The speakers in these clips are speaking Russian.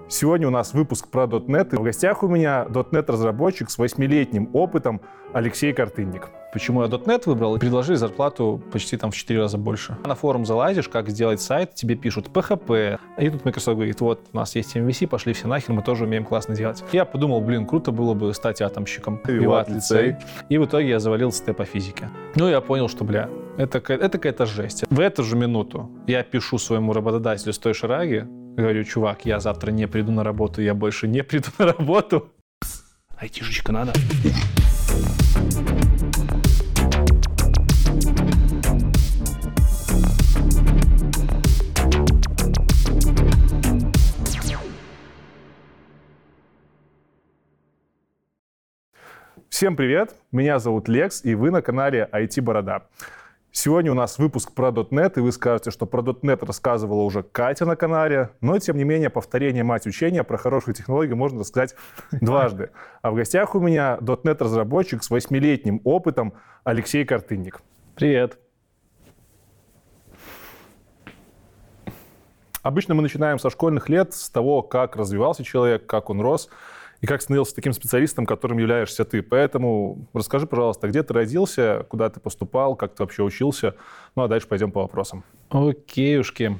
Сегодня у нас выпуск про .NET, и в гостях у меня .NET-разработчик с 8-летним опытом Алексей Картынник. Почему я .NET выбрал? Предложили зарплату почти в 4 раза больше. На форум залазишь, как сделать сайт, тебе пишут PHP. И тут Microsoft говорит, вот у нас есть MVC, пошли все нахер, мы тоже умеем классно делать. Я подумал, круто было бы стать атомщиком. Виват лицей. И в итоге я завалил СТ по физике. Я понял, что, это какая-то жесть. В эту же минуту я пишу своему работодателю с той шараги, говорю, чувак, я завтра не приду на работу, я больше не приду на работу. Айтишечка надо. Всем привет, меня зовут Лекс, и вы на канале IT-борода. Сегодня у нас выпуск про .NET, и вы скажете, что про .NET рассказывала уже Катя на канале, но, тем не менее, повторение мать учения, про хорошие технологии можно рассказать дважды. А в гостях у меня .NET-разработчик с 8-летним опытом Алексей Картынник. Привет. Обычно мы начинаем со школьных лет, с того, как развивался человек, как он рос, и как становился таким специалистом, которым являешься ты. Поэтому расскажи, пожалуйста, где ты родился, куда ты поступал, как ты вообще учился. А дальше пойдем по вопросам. Окейушки.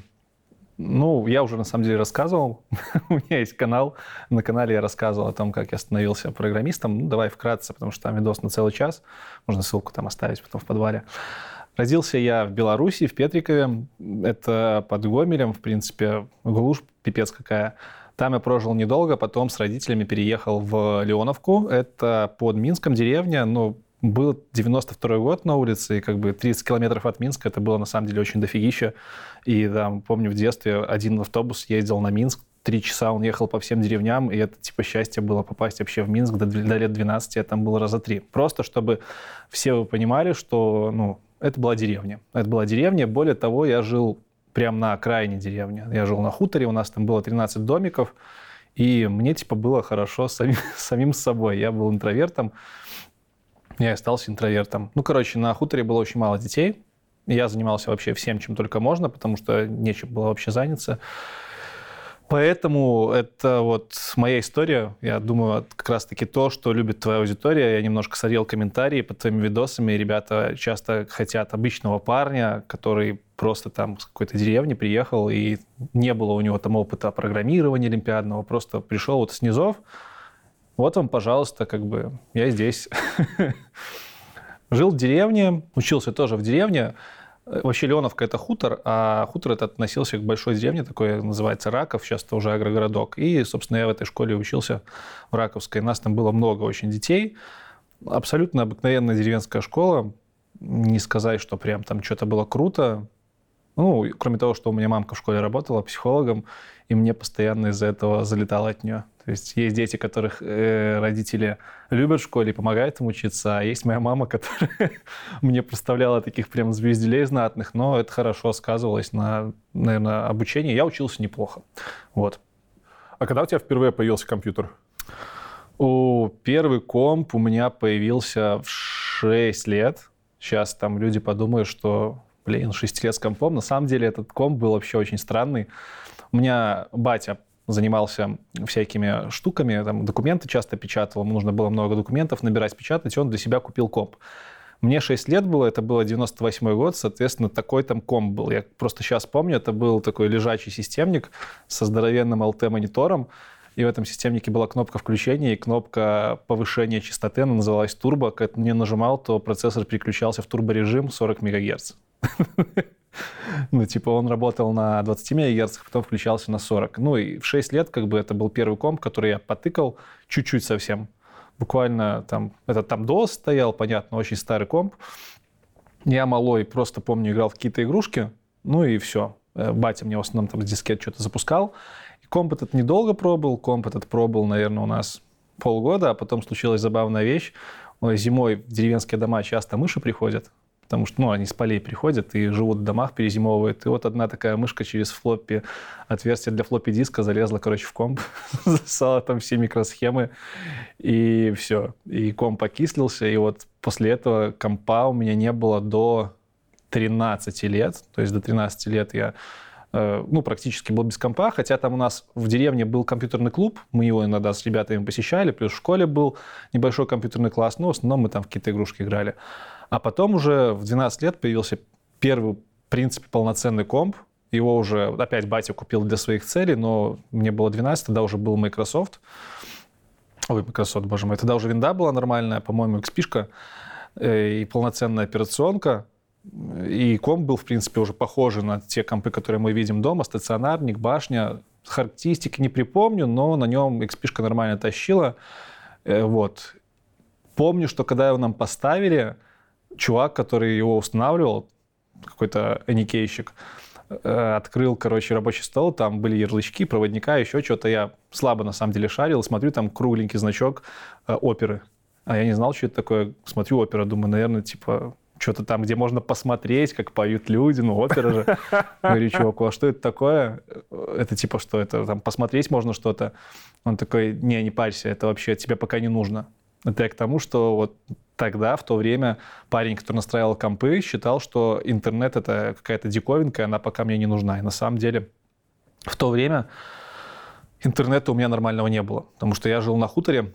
Я уже на самом деле рассказывал. У меня есть канал. На канале я рассказывал о том, как я становился программистом. Давай вкратце, потому что там видос на целый час. Можно ссылку там оставить потом в подвале. Родился я в Беларуси, в Петрикове. Это под Гомелем, в принципе, глушь пипец какая. Там я прожил недолго, потом с родителями переехал в Леоновку. Это под Минском деревня. Был 92-й год на улице, и 30 километров от Минска. Это было на самом деле очень дофигища. И там, помню, в детстве один автобус ездил на Минск. 3 часа он ехал по всем деревням, и это счастье было попасть вообще в Минск. До лет 12 я там был раза 3. Просто чтобы все вы понимали, что это была деревня. Это была деревня. Более того, я жил прямо на окраине деревни. Я жил на хуторе, у нас там было 13 домиков, и мне было хорошо самим с собой. Я был интровертом, я и остался интровертом. на хуторе было очень мало детей. Я занимался вообще всем, чем только можно, потому что нечем было вообще заняться. Поэтому это моя история. Я думаю, как раз-таки то, что любит твоя аудитория. Я немножко смотрел комментарии под твоими видосами. Ребята часто хотят обычного парня, который просто там с какой-то деревни приехал, и не было у него там опыта программирования олимпиадного. Просто пришел с низов. Вот вам, пожалуйста, я здесь. Жил в деревне, учился тоже в деревне. Вообще Леоновка — это хутор, а хутор этот относился к большой деревне, такой называется Раков, сейчас это уже агрогородок. И, собственно, я в этой школе учился в Раковской. Нас там было много очень детей. Абсолютно обыкновенная деревенская школа. Не сказать, что прям там что-то было круто. Кроме того, что у меня мамка в школе работала психологом, и мне постоянно из-за этого залетало от нее. То есть дети, которых родители любят в школе и помогают им учиться, а есть моя мама, которая мне представляла таких прям звезделей знатных, но это хорошо сказывалось на, наверное, обучении. Я учился неплохо. А когда у тебя впервые появился компьютер? Первый комп у меня появился в 6 лет. Сейчас там люди подумают, что 6 лет с компом. На самом деле этот комп был вообще очень странный. У меня батя занимался всякими штуками, там документы часто печатал, ему нужно было много документов набирать, печатать, и он для себя купил комп. Мне 6 лет было, это был 98-й год, соответственно, такой там комп был. Я просто сейчас помню, это был такой лежачий системник со здоровенным LT-монитором, и в этом системнике была кнопка включения и кнопка повышения частоты, она называлась турбо. Когда ты на нее нажимал, то процессор переключался в турборежим 40 МГц. Он работал на 20 МГц, потом включался на 40. И в 6 лет это был первый комп, который я потыкал чуть-чуть совсем. Буквально там DOS стоял, понятно, очень старый комп. Я малой, просто помню, играл в какие-то игрушки, и все. Батя мне в основном там с дискет что-то запускал. И комп этот недолго пробыл, наверное, у нас полгода, а потом случилась забавная вещь. Зимой в деревенские дома часто мыши приходят, потому что они с полей приходят и живут в домах, перезимовывают. И одна такая мышка через отверстие для флоппи-диска залезла, в комп, засала там все микросхемы, и все. И комп окислился, и после этого компа у меня не было до 13 лет. То есть до 13 лет я практически был без компа, хотя там у нас в деревне был компьютерный клуб, мы его иногда с ребятами посещали, плюс в школе был небольшой компьютерный класс, но в основном мы там в какие-то игрушки играли. А потом уже в 12 лет появился первый, в принципе, полноценный комп. Его уже опять батя купил для своих целей, но мне было 12, тогда уже был Microsoft. Ой, Microsoft, боже мой. Тогда уже винда была нормальная, по-моему, XP-шка и полноценная операционка. И комп был, в принципе, уже похожий на те компы, которые мы видим дома. Стационарник, башня. Характеристики не припомню, но на нем XP-шка нормально тащила. Вот. Помню, что когда его нам поставили, чувак, который его устанавливал, какой-то эникейщик, открыл, рабочий стол, там были ярлычки, проводника, еще что-то. Я слабо, на самом деле, шарил, смотрю, там кругленький значок оперы. А я не знал, что это такое. Смотрю, опера, думаю, наверное, что-то там, где можно посмотреть, как поют люди, опера же. Говорю, чуваку, а что это такое? Это что, это там посмотреть можно что-то? Он такой, не парься, это вообще тебе пока не нужно. Это я к тому, что вот тогда, в то время, парень, который настраивал компы, считал, что интернет — это какая-то диковинка, она пока мне не нужна. И на самом деле в то время интернета у меня нормального не было, потому что я жил на хуторе,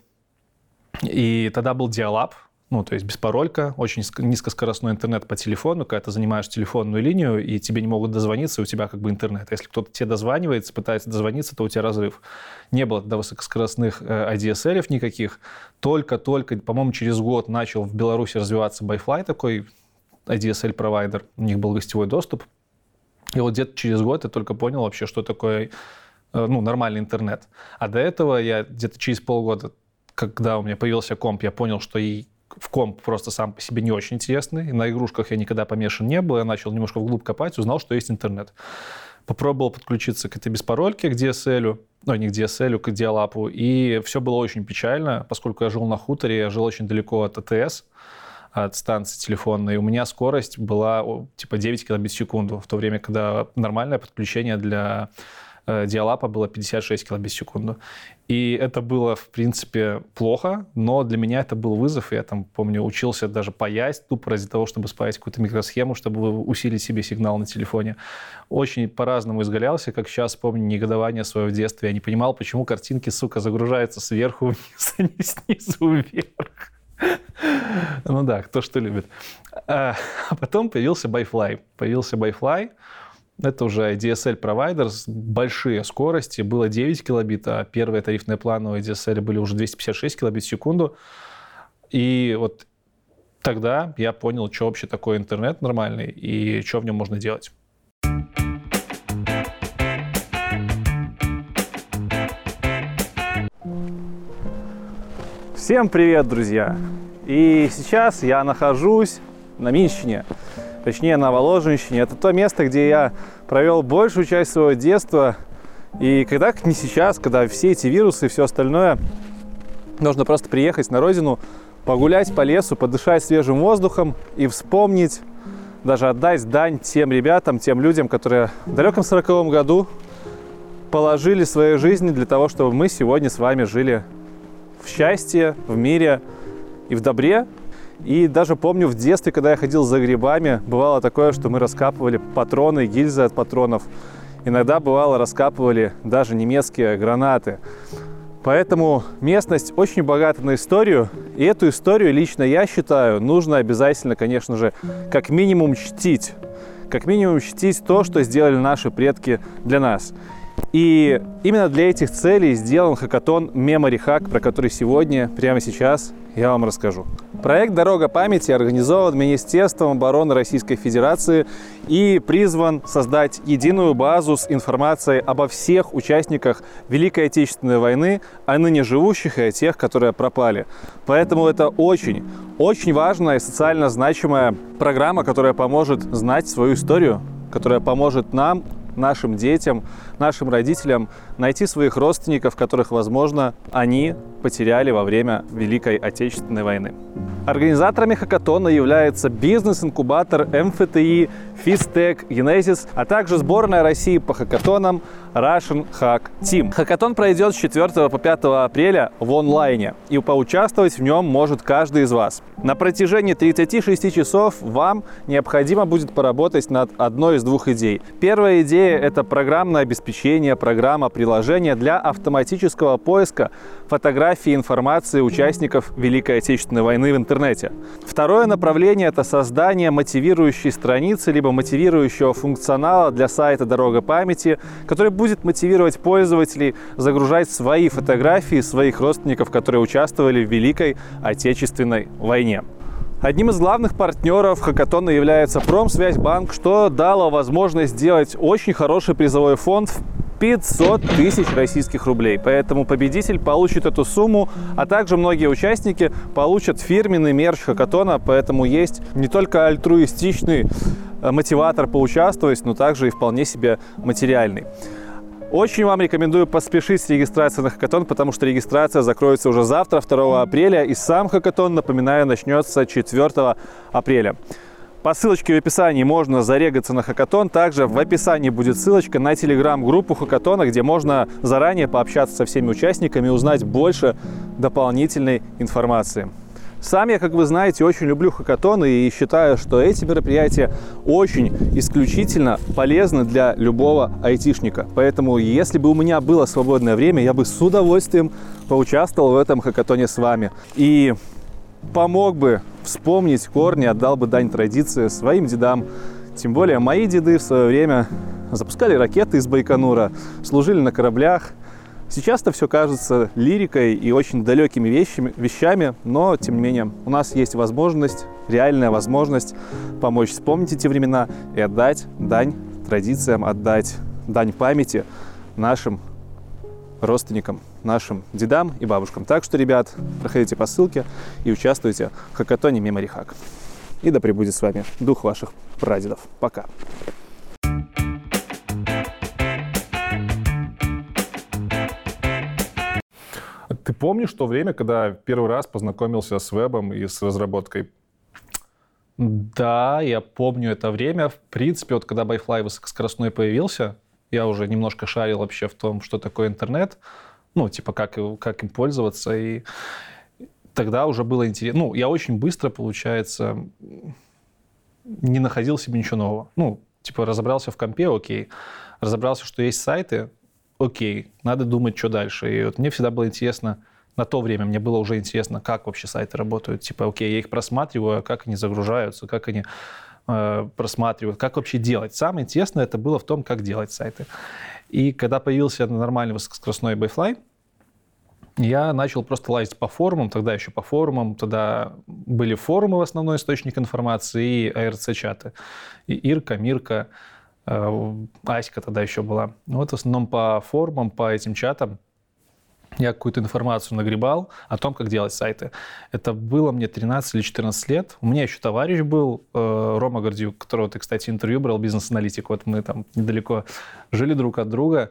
и тогда был диал-ап, то есть беспаролька, очень низкоскоростной интернет по телефону, когда ты занимаешь телефонную линию, и тебе не могут дозвониться, и у тебя интернет. Если кто-то тебе дозванивается, пытается дозвониться, то у тебя разрыв. Не было тогда высокоскоростных ADSL-ев никаких. Только-только, по-моему, через год начал в Беларуси развиваться Bi-Fi, такой ADSL-провайдер. У них был гостевой доступ. И вот где-то через год я только понял вообще, что такое нормальный интернет. А до этого я где-то через полгода, когда у меня появился комп, я понял, что и в комп просто сам по себе не очень интересный. На игрушках я никогда помешан не был. Я начал немножко вглубь копать, узнал, что есть интернет. Попробовал подключиться к этой беспарольке, к DSL, не к DSL, к диалапу. И все было очень печально, поскольку я жил на хуторе, я жил очень далеко от АТС, от станции телефонной. И у меня скорость была 9 килобит в секунду, в то время, когда нормальное подключение для диалапа было 56 килобит в секунду. И это было, в принципе, плохо, но для меня это был вызов. Я помню, учился даже паять тупо ради того, чтобы спаять какую-то микросхему, чтобы усилить себе сигнал на телефоне. Очень по-разному изгалялся, как сейчас помню негодование свое в детстве. Я не понимал, почему картинки, загружаются сверху вниз, а не снизу вверх. Кто что любит. А потом появился Bi-Fi. Это уже DSL-провайдер, большие скорости, было 9 килобит, а первые тарифные плановые DSL были уже 256 килобит в секунду. И вот тогда я понял, что вообще такое интернет нормальный и что в нем можно делать. Всем привет, друзья! И сейчас я нахожусь на Минщине. Точнее, на Воложенщине. Это то место, где я провел большую часть своего детства. И когда, как не сейчас, когда все эти вирусы и все остальное, нужно просто приехать на родину, погулять по лесу, подышать свежим воздухом и вспомнить, даже отдать дань тем ребятам, тем людям, которые в далеком 40-м году положили свои жизни для того, чтобы мы сегодня с вами жили в счастье, в мире и в добре. И даже помню в детстве, когда я ходил за грибами, бывало такое, что мы раскапывали патроны, гильзы от патронов. Иногда бывало раскапывали даже немецкие гранаты. Поэтому местность очень богата на историю. И эту историю лично я считаю, нужно обязательно, конечно же, как минимум чтить. Как минимум чтить то, что сделали наши предки для нас. И именно для этих целей сделан хакатон Memory Hack, про который сегодня, прямо сейчас, я вам расскажу. Проект «Дорога памяти» организован Министерством обороны Российской Федерации и призван создать единую базу с информацией обо всех участниках Великой Отечественной войны, о ныне живущих и о тех, которые пропали. Поэтому это очень важная и социально значимая программа, которая поможет знать свою историю, которая поможет нам, нашим детям, нашим родителям найти своих родственников, которых, возможно, они потеряли во время Великой Отечественной войны. Организаторами хакатона является бизнес-инкубатор МФТИ Fiztech, Genesis, а также сборная России по хакатонам Russian Hack Team. Хакатон пройдет с 4 по 5 апреля в онлайне, и поучаствовать в нем может каждый из вас. На протяжении 36 часов вам необходимо будет поработать над одной из двух идей. Первая идея – это программное обеспечение, программа, приложение для автоматического поиска фотографий и информации участников Великой Отечественной войны в интернете. Второе направление – это создание мотивирующей страницы либо мотивирующего функционала для сайта «Дорога памяти», который будет мотивировать пользователей загружать свои фотографии своих родственников, которые участвовали в Великой Отечественной войне. Одним из главных партнеров хакатона является Промсвязьбанк, что дало возможность сделать очень хороший призовой фонд в 500 тысяч российских рублей. Поэтому победитель получит эту сумму, а также многие участники получат фирменный мерч хакатона. Поэтому есть не только альтруистичный мотиватор поучаствовать, но также и вполне себе материальный. Очень вам рекомендую поспешить с регистрацией на хакатон, потому что регистрация закроется уже завтра, 2 апреля, и сам хакатон, напоминаю, начнется 4 апреля. По ссылочке в описании можно зарегаться на хакатон. Также в описании будет ссылочка на телеграм-группу хакатона, где можно заранее пообщаться со всеми участниками и узнать больше дополнительной информации. Сам я, как вы знаете, очень люблю хакатоны и считаю, что эти мероприятия очень исключительно полезны для любого айтишника. Поэтому, если бы у меня было свободное время, я бы с удовольствием поучаствовал в этом хакатоне с вами. И помог бы вспомнить корни, отдал бы дань традиции своим дедам. Тем более, мои деды в свое время запускали ракеты из Байконура, служили на кораблях. Сейчас-то все кажется лирикой и очень далекими вещами, но, тем не менее, у нас есть возможность, реальная возможность помочь вспомнить эти времена и отдать дань традициям, отдать дань памяти нашим родственникам, нашим дедам и бабушкам. Так что, ребят, проходите по ссылке и участвуйте в хакатоне Memory Hack. И да пребудет с вами дух ваших прадедов. Пока! Ты помнишь то время, когда первый раз познакомился с вебом и с разработкой? Да, я помню это время. В принципе, вот когда Byfly высокоскоростной появился, я уже немножко шарил вообще в том, что такое интернет, ну, типа, как им пользоваться, и тогда уже было интересно. Ну, я очень быстро, получается, не находил себе ничего нового. Ну, типа, разобрался в компе, окей. Разобрался, что есть сайты, окей, надо думать, что дальше. И вот мне всегда было интересно, на то время мне было уже интересно, как вообще сайты работают. Типа, окей, я их просматриваю, как они загружаются, как они просматривают, как вообще делать. Самое интересное это было в том, как делать сайты. И когда появился нормальный высокоскоростной Byfly, я начал просто лазить по форумам, тогда еще по форумам, тогда были форумы в основной источник информации и ARC-чаты. И Ирка, Мирка, Аська тогда еще была. Вот в основном по форумам, по этим чатам я какую-то информацию нагребал о том, как делать сайты. Это было мне 13 или 14 лет. У меня еще товарищ был, Рома Гордиюк, которого ты, кстати, интервью брал, бизнес-аналитик. Вот мы там недалеко жили друг от друга,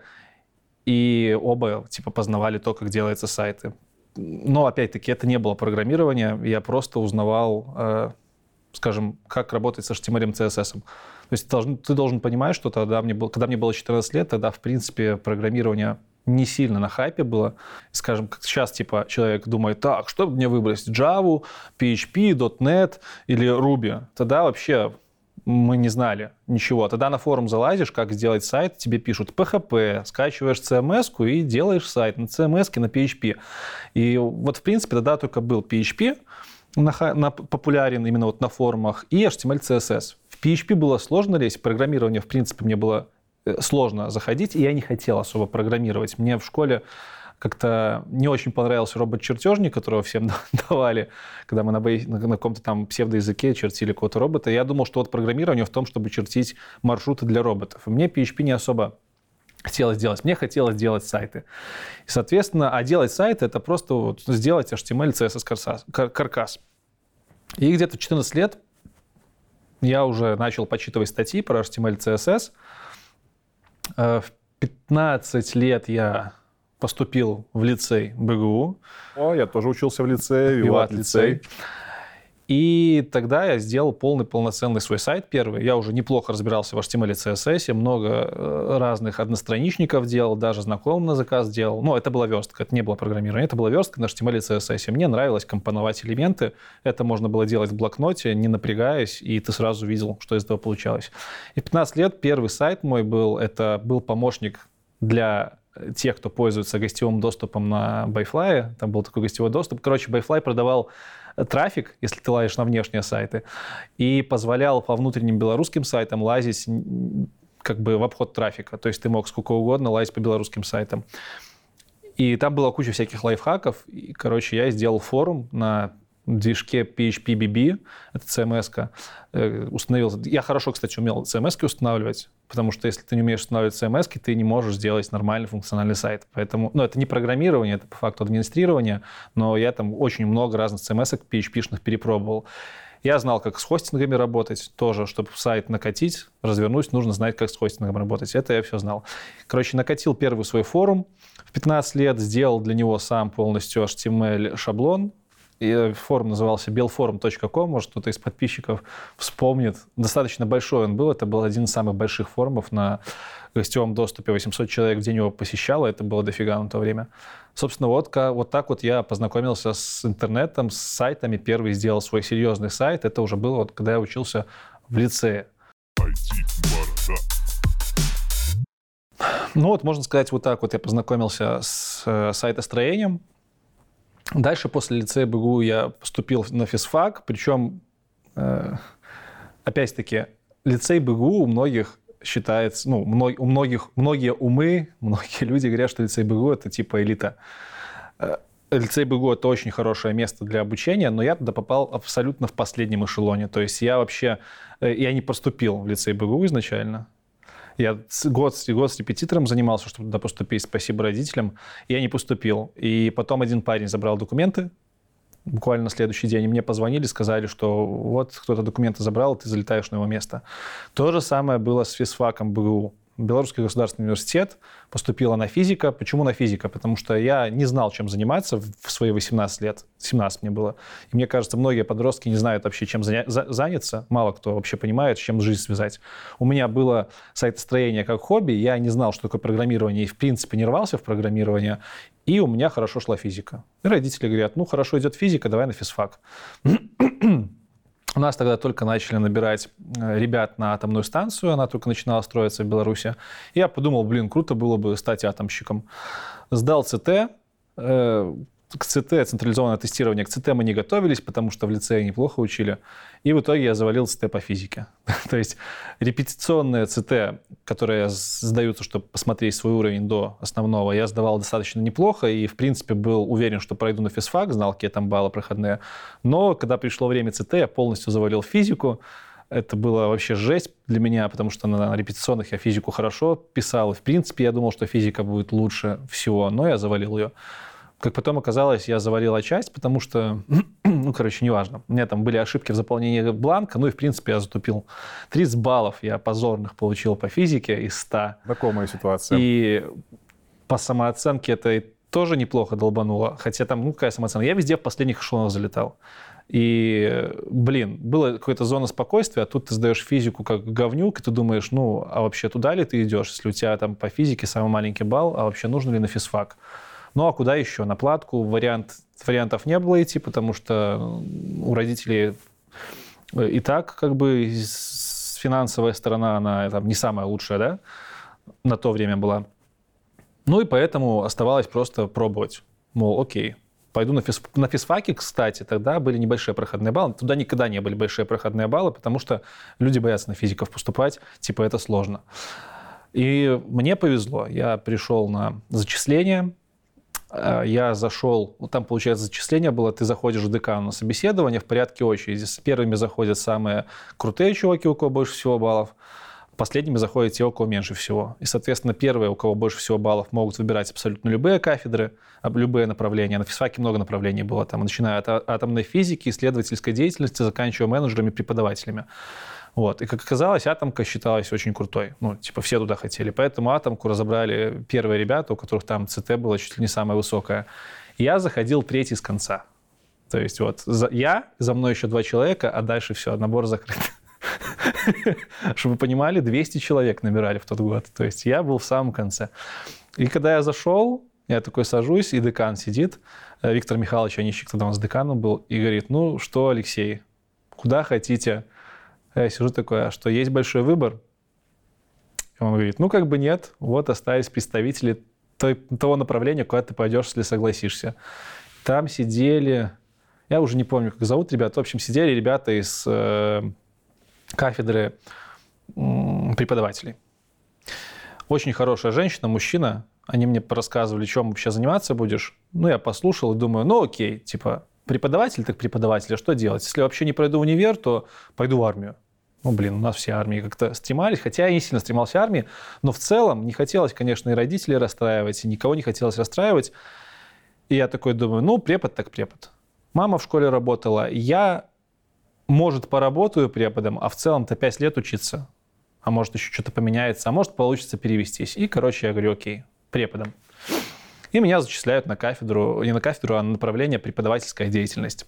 и оба типа познавали то, как делаются сайты. Но, опять-таки, это не было программирование. Я просто узнавал, скажем, как работать с HTML и CSS. То есть ты должен понимать, что тогда когда мне было 14 лет, тогда, в принципе, программирование не сильно на хайпе было. Скажем, как сейчас, типа, человек думает, так, что мне выбрать, Java, PHP, .NET или Ruby? Тогда вообще мы не знали ничего. Тогда на форум залазишь, как сделать сайт, тебе пишут PHP, скачиваешь CMS-ку и делаешь сайт на CMS-ке, на PHP. И вот, в принципе, тогда только был PHP, популярен именно вот на форумах, и HTML, CSS. В PHP было сложно лезть, в программирование, в принципе, мне было сложно заходить, и я не хотел особо программировать. Мне в школе как-то не очень понравился робот-чертежник, которого всем давали, когда мы на каком-то там псевдоязыке чертили какого-то робота. Я думал, что вот программирование в том, чтобы чертить маршруты для роботов. И мне PHP не особо хотелось делать. Мне хотелось делать сайты. И, соответственно, делать сайты — это просто вот сделать HTML, CSS каркас. И где-то в 14 лет я уже начал почитывать статьи про HTML, CSS. В 15 лет я поступил в лицей БГУ. О, я тоже учился в лицее, Виват лицей. И тогда я сделал полноценный свой сайт первый. Я уже неплохо разбирался в HTML и CSS, много разных одностраничников делал, даже знакомым на заказ делал. Но это была верстка, это не было программирование, это была верстка на HTML и CSS. Мне нравилось компоновать элементы. Это можно было делать в блокноте, не напрягаясь, и ты сразу видел, что из этого получалось. И в 15 лет первый сайт мой был, это был помощник для тех, кто пользуется гостевым доступом на Byfly. Там был такой гостевой доступ. Короче, Byfly продавал трафик, если ты лазишь на внешние сайты, и позволял по внутренним белорусским сайтам лазить как бы в обход трафика. То есть ты мог сколько угодно лазить по белорусским сайтам. И там была куча всяких лайфхаков. И, короче, я сделал форум на движке PHP-BB, это CMS-ка, установил. Я хорошо, кстати, умел CMS-ки устанавливать, потому что если ты не умеешь устанавливать CMS-ки, ты не можешь сделать нормальный функциональный сайт. Поэтому, это не программирование, это по факту администрирование, но я там очень много разных CMS-ок PHP-шных перепробовал. Я знал, как с хостингами работать тоже, чтобы сайт накатить, развернуть, нужно знать, как с хостингом работать. Это я все знал. Короче, накатил первый свой форум в 15 лет, сделал для него сам полностью HTML-шаблон. И форум назывался belforum.com, может, кто-то из подписчиков вспомнит. Достаточно большой он был, это был один из самых больших форумов на гостевом доступе. 800 человек в день его посещало, это было дофига на то время. Собственно, вот так вот я познакомился с интернетом, с сайтами. Первый сделал свой серьезный сайт. Это уже было, когда я учился в лицее. Можно сказать, вот так вот я познакомился с сайтостроением. Дальше после лицея БГУ я поступил на физфак, причем, опять-таки, лицей БГУ у многих считается, многие умы, многие люди говорят, что лицей БГУ – это типа элита. Лицей БГУ – это очень хорошее место для обучения, но я туда попал абсолютно в последнем эшелоне. То есть я не поступил в лицей БГУ изначально. Я год с репетитором занимался, чтобы туда поступить, спасибо родителям. Я не поступил. И потом один парень забрал документы, буквально на следующий день, и мне позвонили, сказали, что вот кто-то документы забрал, ты залетаешь на его место. То же самое было с физфаком БГУ. Белорусский государственный университет, поступила на физика. Почему на физика? Потому что я не знал, чем заниматься в свои 18 лет. 17 мне было. И мне кажется, многие подростки не знают вообще, чем заняться. Мало кто вообще понимает, с чем жизнь связать. У меня было сайтостроение как хобби. Я не знал, что такое программирование. И, в принципе, не рвался в программирование. И у меня хорошо шла физика. И родители говорят, хорошо идет физика, давай на физфак. У нас тогда только начали набирать ребят на атомную станцию, она только начинала строиться в Беларуси. И я подумал, круто было бы стать атомщиком. Сдал ЦТ. К ЦТ, централизованное тестирование, к ЦТ мы не готовились, потому что в лицее неплохо учили. И в итоге я завалил ЦТ по физике. То есть репетиционные ЦТ, которые сдаются, чтобы посмотреть свой уровень до основного, я сдавал достаточно неплохо и, в принципе, был уверен, что пройду на физфак, знал, какие там баллы проходные. Но когда пришло время ЦТ, я полностью завалил физику. Это было вообще жесть для меня, потому что на репетиционных я физику хорошо писал. И, в принципе, я думал, что физика будет лучше всего, но я завалил ее. Как потом оказалось, я завалил часть, потому что, неважно. У меня там были ошибки в заполнении бланка, и, в принципе, я затупил. 30 баллов я позорных получил по физике из 100. Знакомая ситуация. И по самооценке это тоже неплохо долбануло. Хотя там, какая самооценка? Я везде в последних эшелонах залетал. И, была какая-то зона спокойствия, а тут ты сдаешь физику как говнюк, и ты думаешь, а вообще туда ли ты идешь, если у тебя там по физике самый маленький балл, а вообще нужно ли на физфак? А куда еще? На платку вариантов не было идти, потому что у родителей и так финансовая сторона, она там не самая лучшая, да, на то время была. И поэтому оставалось просто пробовать. Окей, пойду на физфаке, кстати, тогда были небольшие проходные баллы. Туда никогда не были большие проходные баллы, потому что люди боятся на физиков поступать, это сложно. И мне повезло, я пришел на зачисление. Я зашел, там, получается, зачисление было, ты заходишь в декан на собеседование в порядке очереди. С первыми заходят самые крутые чуваки, у кого больше всего баллов, последними заходят те, у кого меньше всего. И, соответственно, первые, у кого больше всего баллов, могут выбирать абсолютно любые кафедры, любые направления. На физфаке много направлений было, там, начиная от атомной физики, исследовательской деятельности, заканчивая менеджерами, преподавателями. И, как оказалось, атомка считалась очень крутой. Все туда хотели. Поэтому атомку разобрали первые ребята, у которых там ЦТ было чуть ли не самое высокое. Я заходил третий с конца. То есть вот за мной еще 2 человека, а дальше все, набор закрыт. Чтобы вы понимали, 200 человек набирали в тот год. То есть я был в самом конце. И когда я зашел, я такой сажусь, и декан сидит, Виктор Михайлович Онищик, тогда у нас деканом был, и говорит, ну что, Алексей, куда хотите? Я сижу такой, а что, есть большой выбор? И он говорит, ну как бы нет, вот остались представители того направления, куда ты пойдешь, если согласишься. Там сидели, я уже не помню, как зовут ребят, в общем, сидели ребята из кафедры преподавателей. Очень хорошая женщина, мужчина. Они мне порассказывали, чем вообще заниматься будешь. Ну, я послушал и думаю, ну, окей, типа, преподаватель так преподаватель, а что делать? Если вообще не пройду универ, то пойду в армию. Ну, блин, у нас все армии как-то стремались, хотя я не сильно стремался к армии, но в целом не хотелось, конечно, и родителей расстраивать, и никого не хотелось расстраивать. И я такой думаю, ну, препод так препод. Мама в школе работала, я, может, поработаю преподом, а в целом-то 5 лет учиться. А может, еще что-то поменяется, а может, получится перевестись. И, короче, я говорю, окей, преподом. И меня зачисляют на кафедру, не на кафедру, а на направление преподавательская деятельность.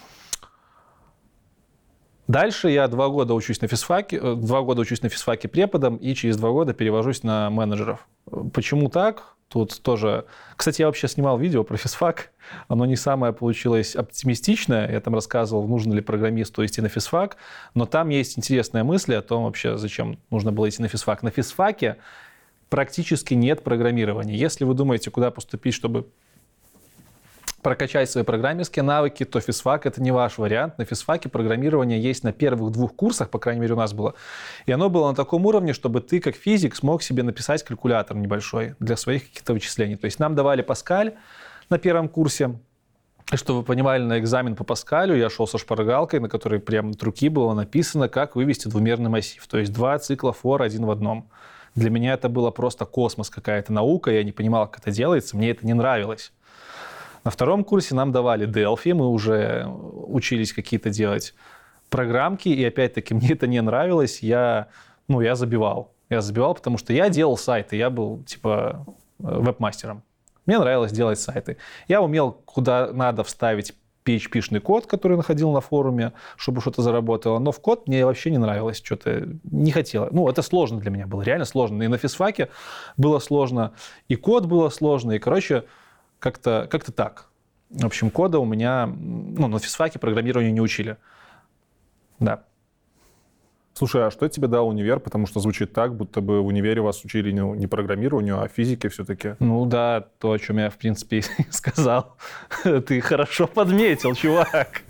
Дальше я 2 года учусь на физфаке, преподом, и через 2 года перевожусь на менеджеров. Почему так? Тут тоже... Кстати, я вообще снимал видео про физфак. Оно не самое получилось оптимистичное. Я там рассказывал, нужно ли программисту идти на физфак. Но там есть интересные мысли о том вообще, зачем нужно было идти на физфак. На физфаке практически нет программирования. Если вы думаете, куда поступить, чтобы прокачать свои программерские навыки, то физфак — это не ваш вариант. На физфаке программирование есть на первых 2 курсах, по крайней мере, у нас было. И оно было на таком уровне, чтобы ты, как физик, смог себе написать калькулятор небольшой для своих каких-то вычислений. То есть нам давали Паскаль на первом курсе. И чтобы вы понимали, на экзамен по Паскалю я шел со шпаргалкой, на которой прямо от руки было написано, как вывести двумерный массив. То есть 2 цикла for один в одном. Для меня это было просто космос, какая-то наука. Я не понимал, как это делается. Мне это не нравилось. На 2 курсе нам давали Delphi, мы уже учились какие-то делать программки, и опять-таки мне это не нравилось, я забивал. Я забивал, потому что я делал сайты, я был типа веб-мастером. Мне нравилось делать сайты. Я умел куда надо вставить PHP-шный код, который находил на форуме, чтобы что-то заработало, но в код мне вообще не нравилось, что-то не хотело. Ну, это сложно для меня было, реально сложно. И на физфаке было сложно, и код было сложно, и, короче, как-то так. В общем, кода у меня... на физфаке программированию не учили. Да. Слушай, а что тебе дал универ? Потому что звучит так, будто бы в универе вас учили не программированию, а физике все-таки. Ну да, то, о чем я, в принципе, и сказал. Ты хорошо подметил, чувак.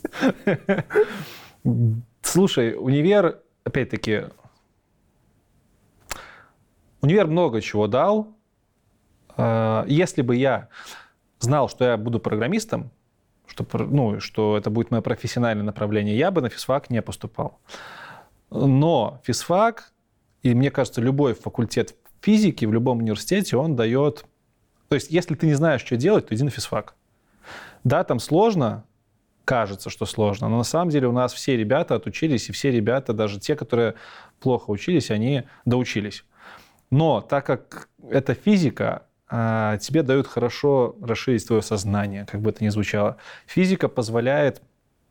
Слушай, универ, опять-таки... Универ много чего дал. Если бы я знал, что я буду программистом, что это будет мое профессиональное направление, я бы на физфак не поступал. Но физфак, и мне кажется, любой факультет физики в любом университете, он дает... То есть, если ты не знаешь, что делать, то иди на физфак. Да, там сложно, кажется, что сложно, но на самом деле у нас все ребята отучились, и все ребята, даже те, которые плохо учились, они доучились. Но так как это физика, тебе дают хорошо расширить твое сознание, как бы это ни звучало. Физика позволяет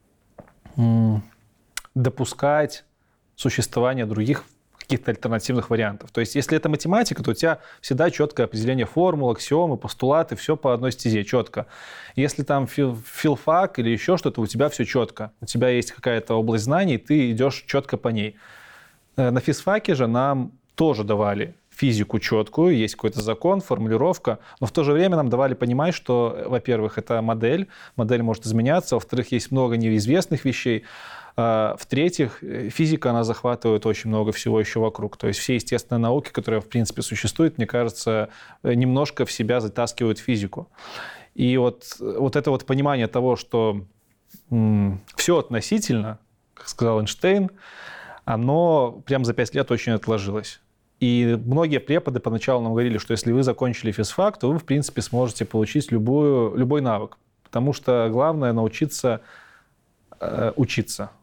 допускать существование других каких-то альтернативных вариантов. То есть, если это математика, то у тебя всегда четкое определение формул, аксиомы, постулаты, все по одной стезе, четко. Если там филфак или еще что-то, у тебя все четко. У тебя есть какая-то область знаний, ты идешь четко по ней. На физфаке же нам тоже давали физику четкую, есть какой-то закон, формулировка, но в то же время нам давали понимать, что, во-первых, это модель может изменяться, во-вторых, есть много неизвестных вещей, в-третьих, физика, она захватывает очень много всего еще вокруг. То есть все естественные науки, которые, в принципе, существуют, мне кажется, немножко в себя затаскивают физику. И вот это вот понимание того, что все относительно, как сказал Эйнштейн, оно прям за 5 лет очень отложилось. И многие преподы поначалу нам говорили, что если вы закончили физфак, то вы, в принципе, сможете получить любой навык. Потому что главное научиться учиться.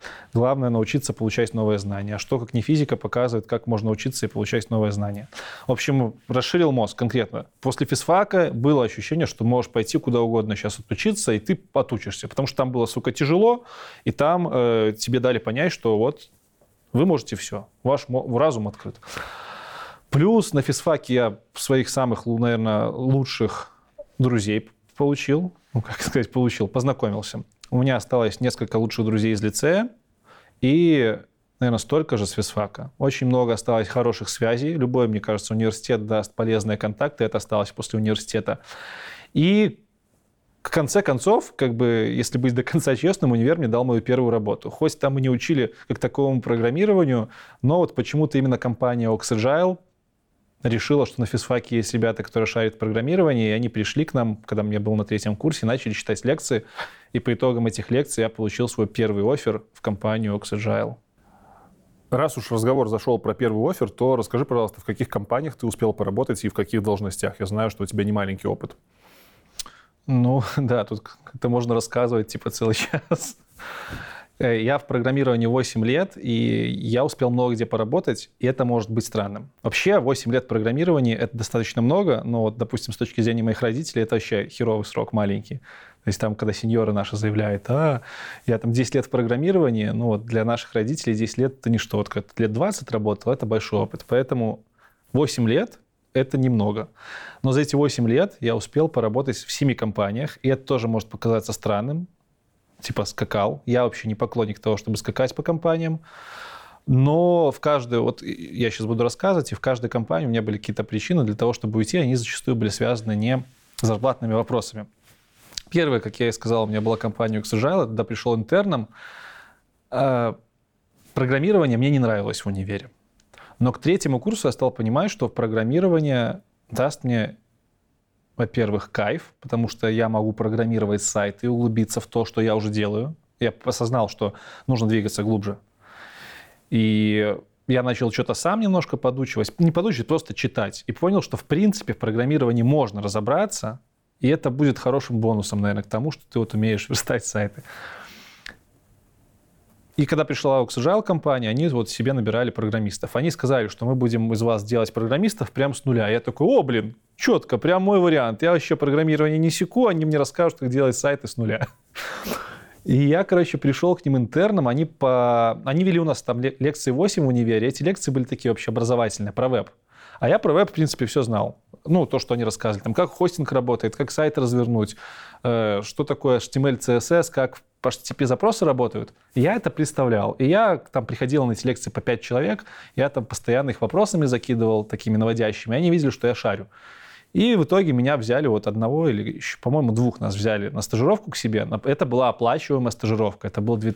Главное научиться получать новые знания. А что, как не физика, показывает, как можно учиться и получать новые знания. В общем, расширил мозг конкретно. После физфака было ощущение, что можешь пойти куда угодно сейчас отучиться, и ты отучишься. Потому что там было, сука, тяжело, и там тебе дали понять, что вот вы можете все, ваш разум открыт. Плюс на физфаке я своих самых, наверное, лучших друзей получил. Познакомился. У меня осталось несколько лучших друзей из лицея и, наверное, столько же с физфака. Очень много осталось хороших связей. Любой, мне кажется, университет даст полезные контакты. Это осталось после университета. И в конце концов, если быть до конца честным, универ мне дал мою первую работу. Хоть там и не учили как таковому программированию, но вот почему-то именно компания Oxagile решила, что на физфаке есть ребята, которые шарят в программировании, и они пришли к нам, когда я был на 3-м курсе, начали читать лекции, и по итогам этих лекций я получил свой первый оффер в компанию Oxagile. Раз уж разговор зашел про первый оффер, то расскажи, пожалуйста, в каких компаниях ты успел поработать и в каких должностях? Я знаю, что у тебя не маленький опыт. Ну, да, тут это можно рассказывать целый час. Я в программировании 8 лет, и я успел много где поработать, и это может быть странным. Вообще, 8 лет программирования — это достаточно много, но, вот, допустим, с точки зрения моих родителей, это вообще херовый срок маленький. То есть там, когда сеньоры наши заявляют, я там 10 лет в программировании, ну вот для наших родителей 10 лет — это ничто. Вот когда ты лет 20 работал, это большой опыт. Поэтому 8 лет — это немного. Но за эти 8 лет я успел поработать в 7 компаниях, и это тоже может показаться странным. Скакал. Я вообще не поклонник того, чтобы скакать по компаниям. Но в каждой, вот я сейчас буду рассказывать, и в каждой компании у меня были какие-то причины для того, чтобы уйти. Они зачастую были связаны не с зарплатными вопросами. Первое, как я и сказал, у меня была компания Oxagile, тогда пришел интерном. Программирование мне не нравилось в универе. Но к 3-му курсу я стал понимать, что программирование даст мне, во-первых, кайф, потому что я могу программировать сайт и углубиться в то, что я уже делаю. Я осознал, что нужно двигаться глубже. И я начал что-то сам немножко подучивать. Не подучивать, просто читать. И понял, что в принципе в программировании можно разобраться, и это будет хорошим бонусом, наверное, к тому, что ты вот умеешь верстать сайты. И когда пришла Oxagile компания, они вот себе набирали программистов. Они сказали, что мы будем из вас делать программистов прямо с нуля. Я такой, четко, прям мой вариант. Я вообще программирование не секу, они мне расскажут, как делать сайты с нуля. И я, пришел к ним интерном. Они вели у нас там лекции 8 в универе. Эти лекции были такие вообще образовательные, про веб. А я про веб, в принципе, все знал. Ну, то, что они рассказывали. Там, как хостинг работает, как сайт развернуть, что такое HTML, CSS, как HTTP-запросы работают. Я это представлял. И я там приходил на эти лекции по 5 человек, я там постоянно их вопросами закидывал, такими наводящими. Они видели, что я шарю. И в итоге меня взяли, вот одного или, по-моему, 2 нас взяли на стажировку к себе. Это была оплачиваемая стажировка. Это был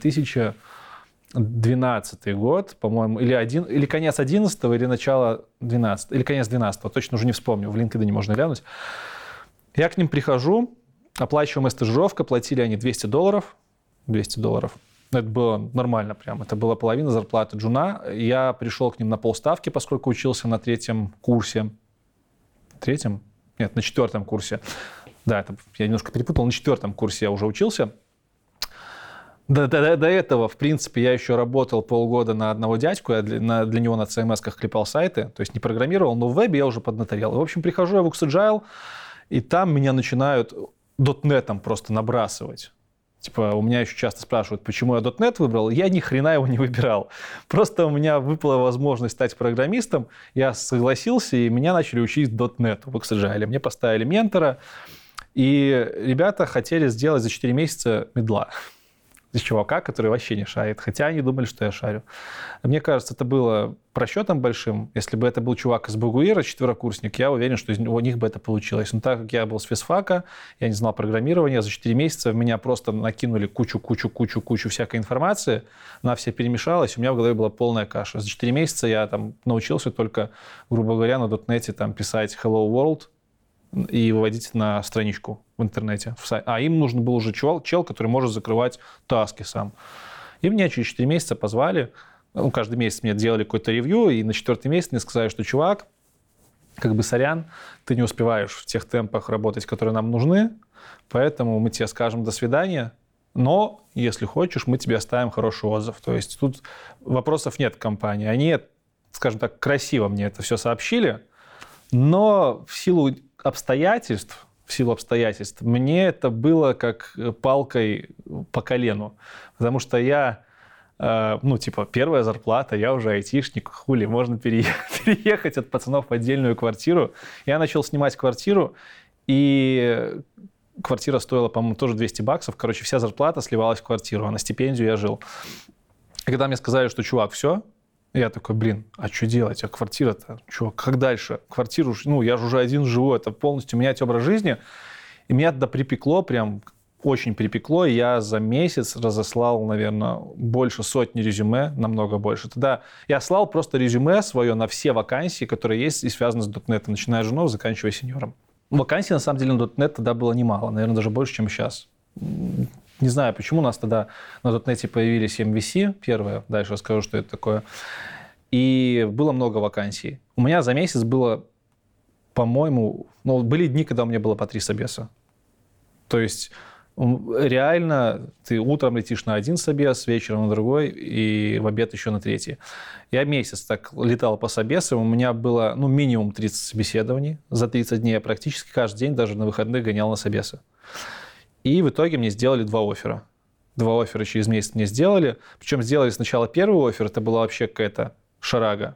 2012 год, по-моему, или конец 11 или начало 12 или конец 12 точно уже не вспомню, в LinkedIn можно глянуть. Я к ним прихожу, оплачиваемая стажировка, платили они $200. $200. Это было нормально прям, это была половина зарплаты джуна. Я пришел к ним на полставки, поскольку учился на 3-м курсе. 3-м? Нет, на 4-м курсе. Да, я немножко перепутал, на 4-м курсе я уже учился. До этого, в принципе, я еще работал полгода на одного дядьку, я для него на CMS-ках клепал сайты, то есть не программировал, но в вебе я уже поднаторел. В общем, прихожу я в Oxagile, и там меня начинают .NET просто набрасывать. У меня еще часто спрашивают, почему я .NET выбрал. Я ни хрена его не выбирал. Просто у меня выпала возможность стать программистом, я согласился, и меня начали учить .NET в Oxagile. Мне поставили ментора, и ребята хотели сделать за 4 месяца медла. Из чувака, который вообще не шарит, хотя они думали, что я шарю. Мне кажется, это было просчетом большим. Если бы это был чувак из Богуира, 4-курсник, я уверен, что у них бы это получилось. Но так как я был с физфака, я не знал программирования, за 4 месяца в меня просто накинули кучу всякой информации, она вся перемешалась, у меня в голове была полная каша. За 4 месяца я там научился только, грубо говоря, на .NET там писать Hello World, и выводить на страничку в интернете. А им нужен был уже чел, который может закрывать таски сам. И меня через 4 месяца позвали. Каждый месяц мне делали какой-то ревью, и на 4-й месяц мне сказали, что чувак, сорян, ты не успеваешь в тех темпах работать, которые нам нужны, поэтому мы тебе скажем до свидания, но если хочешь, мы тебе оставим хороший отзыв. То есть тут вопросов нет к компании. Они, скажем так, красиво мне это все сообщили, но в силу обстоятельств, мне это было как палкой по колену. Потому что я, первая зарплата, я уже айтишник, хули, можно переехать от пацанов в отдельную квартиру. Я начал снимать квартиру, и квартира стоила, по-моему, тоже $200. Короче, вся зарплата сливалась в квартиру, а на стипендию я жил. И когда мне сказали, что, чувак, все, я такой, а что делать? А квартира-то, как дальше? Квартиру, я же уже один живу, это полностью менять образ жизни. И меня тогда припекло, прям очень припекло, и я за месяц разослал, наверное, больше сотни резюме, намного больше. Тогда я слал просто резюме свое на все вакансии, которые есть и связаны с .NET, начиная с жунов, заканчивая сеньором. Вакансий, на самом деле, на .NET тогда было немало, наверное, даже больше, чем сейчас. Не знаю, почему у нас тогда на .NET появились MVC, первое, дальше расскажу, что это такое. И было много вакансий. У меня за месяц было, по-моему, были дни, когда у меня было по 3 собеса. То есть реально ты утром летишь на один собес, вечером на другой, и в обед еще на третий. Я месяц так летал по собесам, у меня было минимум 30 собеседований. За 30 дней я практически каждый день, даже на выходных, гонял на собесы. И в итоге мне сделали 2 оффера. 2 оффера через месяц мне сделали. Причем сделали сначала первый оффер, это была вообще какая-то шарага.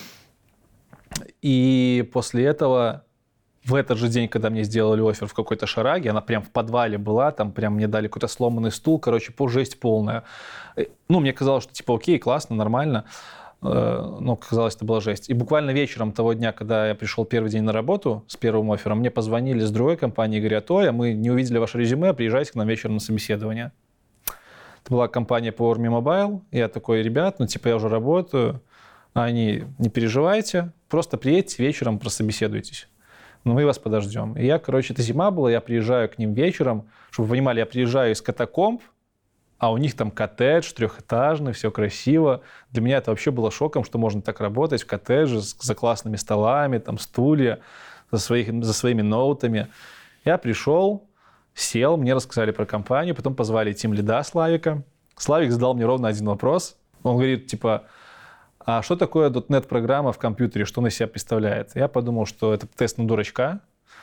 И после этого, в этот же день, когда мне сделали оффер в какой-то шараге, она прям в подвале была, там прям мне дали какой-то сломанный стул, жесть полная. Мне казалось, что окей, классно, нормально. Но казалось, это была жесть. И буквально вечером того дня, когда я пришел первый день на работу с первым оффером, мне позвонили с другой компании и говорят: ой, а мы не увидели ваше резюме, приезжайте к нам вечером на собеседование. Это была компания по Army Mobile. Я такой: ребят, я уже работаю. А они: не переживайте, просто приедьте вечером, прособеседуйтесь. Мы вас подождем. И это зима была, я приезжаю к ним вечером. Чтобы вы понимали, я приезжаю из катакомб, а у них там коттедж, 3-этажный, все красиво. Для меня это вообще было шоком, что можно так работать в коттедже за классными столами, там стулья, за своими ноутами. Я пришел, сел, мне рассказали про компанию, потом позвали тимлида Славика. Славик задал мне ровно один вопрос. Он говорит, а что такое .NET программа в компьютере, что она из себя представляет? Я подумал, что это тест на дурачка.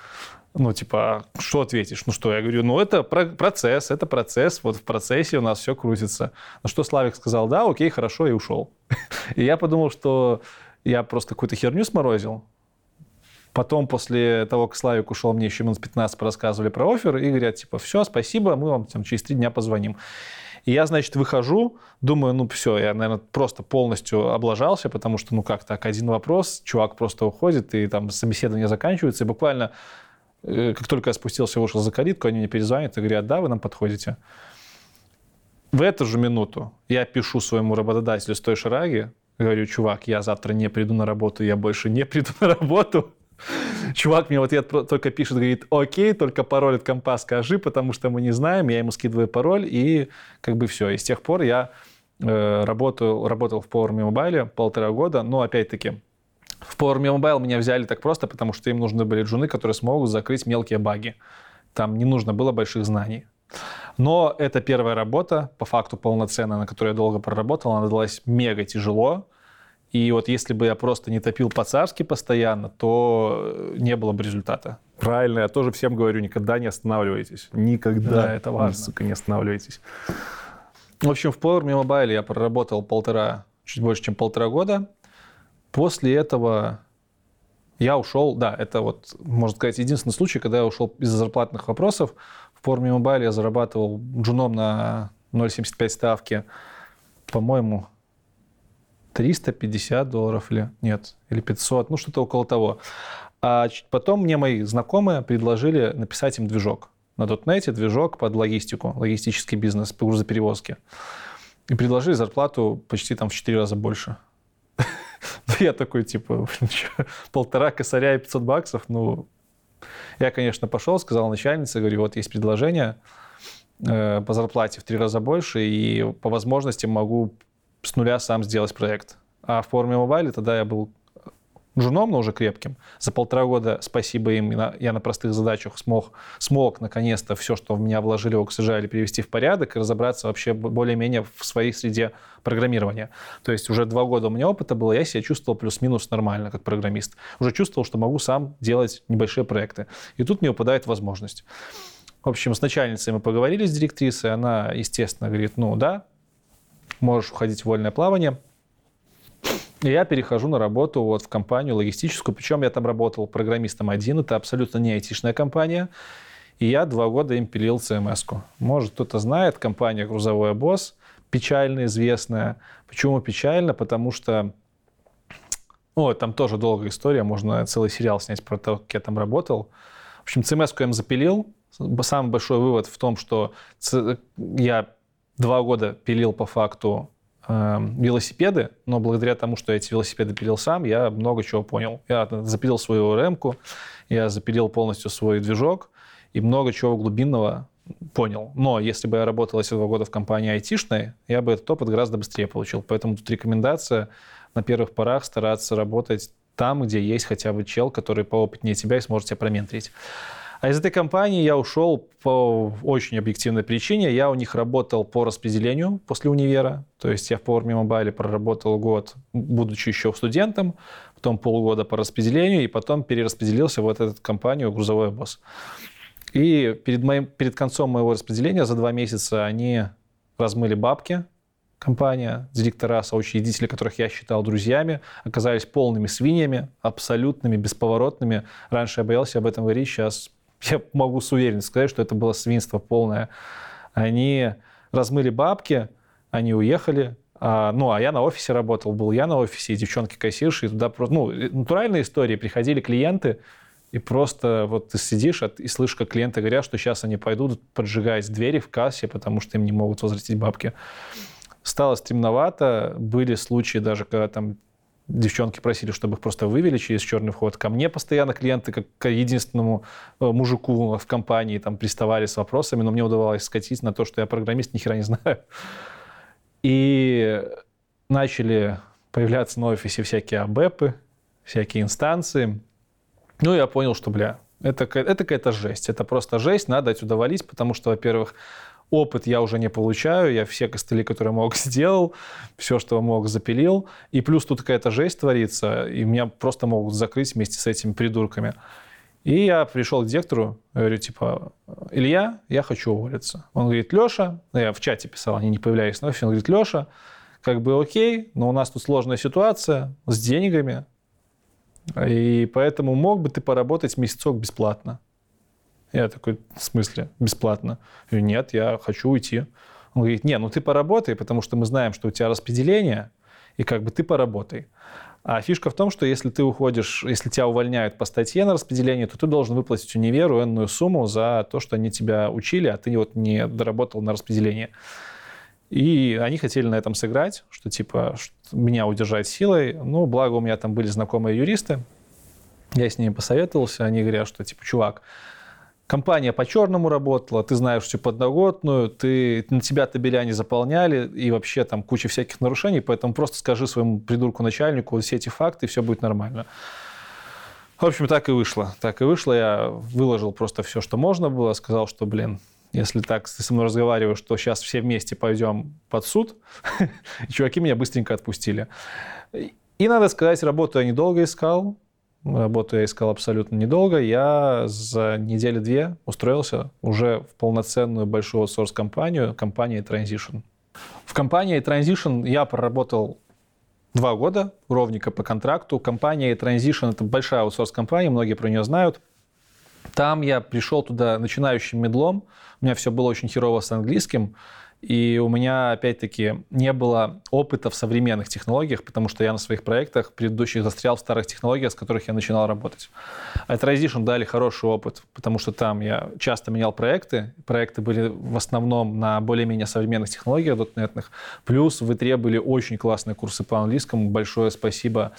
Что ответишь? Я говорю, это процесс, вот в процессе у нас все крутится. На что Славик сказал: да, окей, хорошо, и ушел. И я подумал, что я просто какую-то херню сморозил. Потом, после того, как Славик ушел, мне еще минут 15 порассказывали про оффер и говорят, все, спасибо, мы вам через 3 дня позвоним. И я, выхожу, думаю, все, я, наверное, просто полностью облажался, потому что, как так, один вопрос, чувак просто уходит, и там собеседование заканчивается, и буквально, как только я спустился и вышел за калитку, они мне перезвонят и говорят: да, вы нам подходите. В эту же минуту я пишу своему работодателю с той шараги, говорю: чувак, я завтра не приду на работу, я больше не приду на работу. Чувак мне только пишет, говорит: окей, только пароль от компа скажи, потому что мы не знаем. Я ему скидываю пароль, и все. И с тех пор я работал в Power Mobile 1,5 года, но опять-таки в Power Mobile меня взяли так просто, потому что им нужны были джуны, которые смогут закрыть мелкие баги. Там не нужно было больших знаний. Но это первая работа, по факту полноценная, на которой я долго проработал. Она далась мега тяжело. И если бы я просто не топил по-царски постоянно, то не было бы результата. Правильно, я тоже всем говорю: никогда не останавливайтесь. Никогда, да, это важно. Не останавливайтесь. В общем, в Power Mobile я проработал чуть больше, чем 1,5 года. После этого я ушел, да, это можно сказать, единственный случай, когда я ушел из-за зарплатных вопросов. В Power Mobile я зарабатывал джуном на 0,75 ставки, по-моему, $350 или 500, что-то около того. А потом мне мои знакомые предложили написать им движок. На .NET движок под логистику, логистический бизнес по грузоперевозке. И предложили зарплату почти в 4 раза больше. Я такой, 1,5 косаря и $500. Я, конечно, пошел, сказал начальнице, говорю: есть предложение по зарплате в 3 раза больше, и по возможности могу с нуля сам сделать проект. А в Power Mobile тогда я был джуном, но уже крепким. За 1,5 года, спасибо им, я на простых задачах смог наконец-то все, что в меня вложили в OxyGel, перевести в порядок и разобраться вообще более-менее в своей среде программирования. То есть уже 2 года у меня опыта было, я себя чувствовал плюс-минус нормально как программист. Уже чувствовал, что могу сам делать небольшие проекты. И тут мне выпадает возможность. В общем, с начальницей мы поговорили, с директрисой, она, естественно, говорит, ну да, можешь уходить в вольное плавание. И я перехожу на работу вот в компанию логистическую, причем я там работал программистом один, это абсолютно не айтишная компания, и я 2 года им пилил CMS-ку. Может, кто-то знает, компания «Грузовой босс», печально известная. Почему печально? Потому что, ну, там тоже долгая история, можно целый сериал снять про то, как я там работал. В общем, CMS-ку я им запилил. Самый большой вывод в том, что я 2 года пилил по факту велосипеды, но благодаря тому, что я эти велосипеды пилил сам, я много чего понял. Я запилил свою ORM-ку, я запилил полностью свой движок и много чего глубинного понял. Но если бы я работал эти 2 года в компании айтишной, я бы этот опыт гораздо быстрее получил. Поэтому тут рекомендация на первых порах стараться работать там, где есть хотя бы чел, который поопытнее тебя и сможет тебя променторить. А из этой компании я ушел по очень объективной причине. Я у них работал по распределению после универа. То есть я в Power Me Mobile проработал год, будучи еще студентом, потом полгода по распределению, и потом перераспределился в вот эту компанию «Грузовой босс». И перед концом моего распределения за 2 месяца они размыли бабки. Компания, директора, соучредители, которых я считал друзьями, оказались полными свиньями, абсолютными, бесповоротными. Раньше я боялся об этом говорить, сейчас я могу с уверенностью сказать, что это было свинство полное. Они размыли бабки, они уехали. А я на офисе работал, был я на офисе, и девчонки-кассирши, и туда просто... натуральные истории. Приходили клиенты, и просто вот ты сидишь и слышишь, как клиенты говорят, что сейчас они пойдут поджигать двери в кассе, потому что им не могут возвратить бабки. Стало стремновато. Были случаи даже, когда там девчонки просили, чтобы их просто вывели через черный вход. Ко мне постоянно клиенты, как к единственному мужику в компании, там приставали с вопросами, но мне удавалось скатить на то, что я программист, ни хера не знаю. И начали появляться на офисе всякие АБЭПы, всякие инстанции. Я понял, что, это какая-то жесть. Это просто жесть, надо отсюда валить, потому что, во-первых, опыт я уже не получаю, я все костыли, которые мог, сделал, все, что мог, запилил. И плюс тут какая-то жесть творится, и меня просто могут закрыть вместе с этими придурками. И я пришел к директору, говорю, Илья, я хочу уволиться. Он говорит, Леша, я в чате писал, они не появлялись на офисе, он говорит, Леша, окей, но у нас тут сложная ситуация с деньгами, и поэтому мог бы ты поработать месяцок бесплатно. Я такой, в смысле, бесплатно? Я говорю, нет, я хочу уйти. Он говорит, ты поработай, потому что мы знаем, что у тебя распределение, и ты поработай. А фишка в том, что если ты уходишь, если тебя увольняют по статье на распределение, то ты должен выплатить универу энную сумму за то, что они тебя учили, а ты не доработал на распределение. И они хотели на этом сыграть, что меня удержать силой. Благо у меня там были знакомые юристы. Я с ними посоветовался. Они говорят, что чувак, компания по-черному работала, ты знаешь всю подноготную, на тебя табеля не заполняли, и вообще там куча всяких нарушений, поэтому просто скажи своему придурку-начальнику все эти факты, и все будет нормально. В общем, так и вышло. Я выложил просто все, что можно было, сказал, что, если так ты со мной разговариваешь, то сейчас все вместе пойдем под суд. И чуваки меня быстренько отпустили. И, надо сказать, работу я недолго искал. Работу я искал абсолютно недолго. Я за 1-2 недели устроился уже в полноценную большую аутсорс-компанию, компанию Transition. В компании Transition я проработал 2 года, ровненько по контракту. Компания Transition — это большая аутсорс-компания, многие про нее знают. Там я пришел туда начинающим медлом. У меня все было очень херово с английским. И у меня, опять-таки, не было опыта в современных технологиях, потому что я на своих проектах предыдущих застрял в старых технологиях, с которых я начинал работать. А Transition дали хороший опыт, потому что там я часто менял проекты. Проекты были в основном на более-менее современных технологиях .NET-ных. Плюс в ИТРЕ были очень классные курсы по английскому. Большое спасибо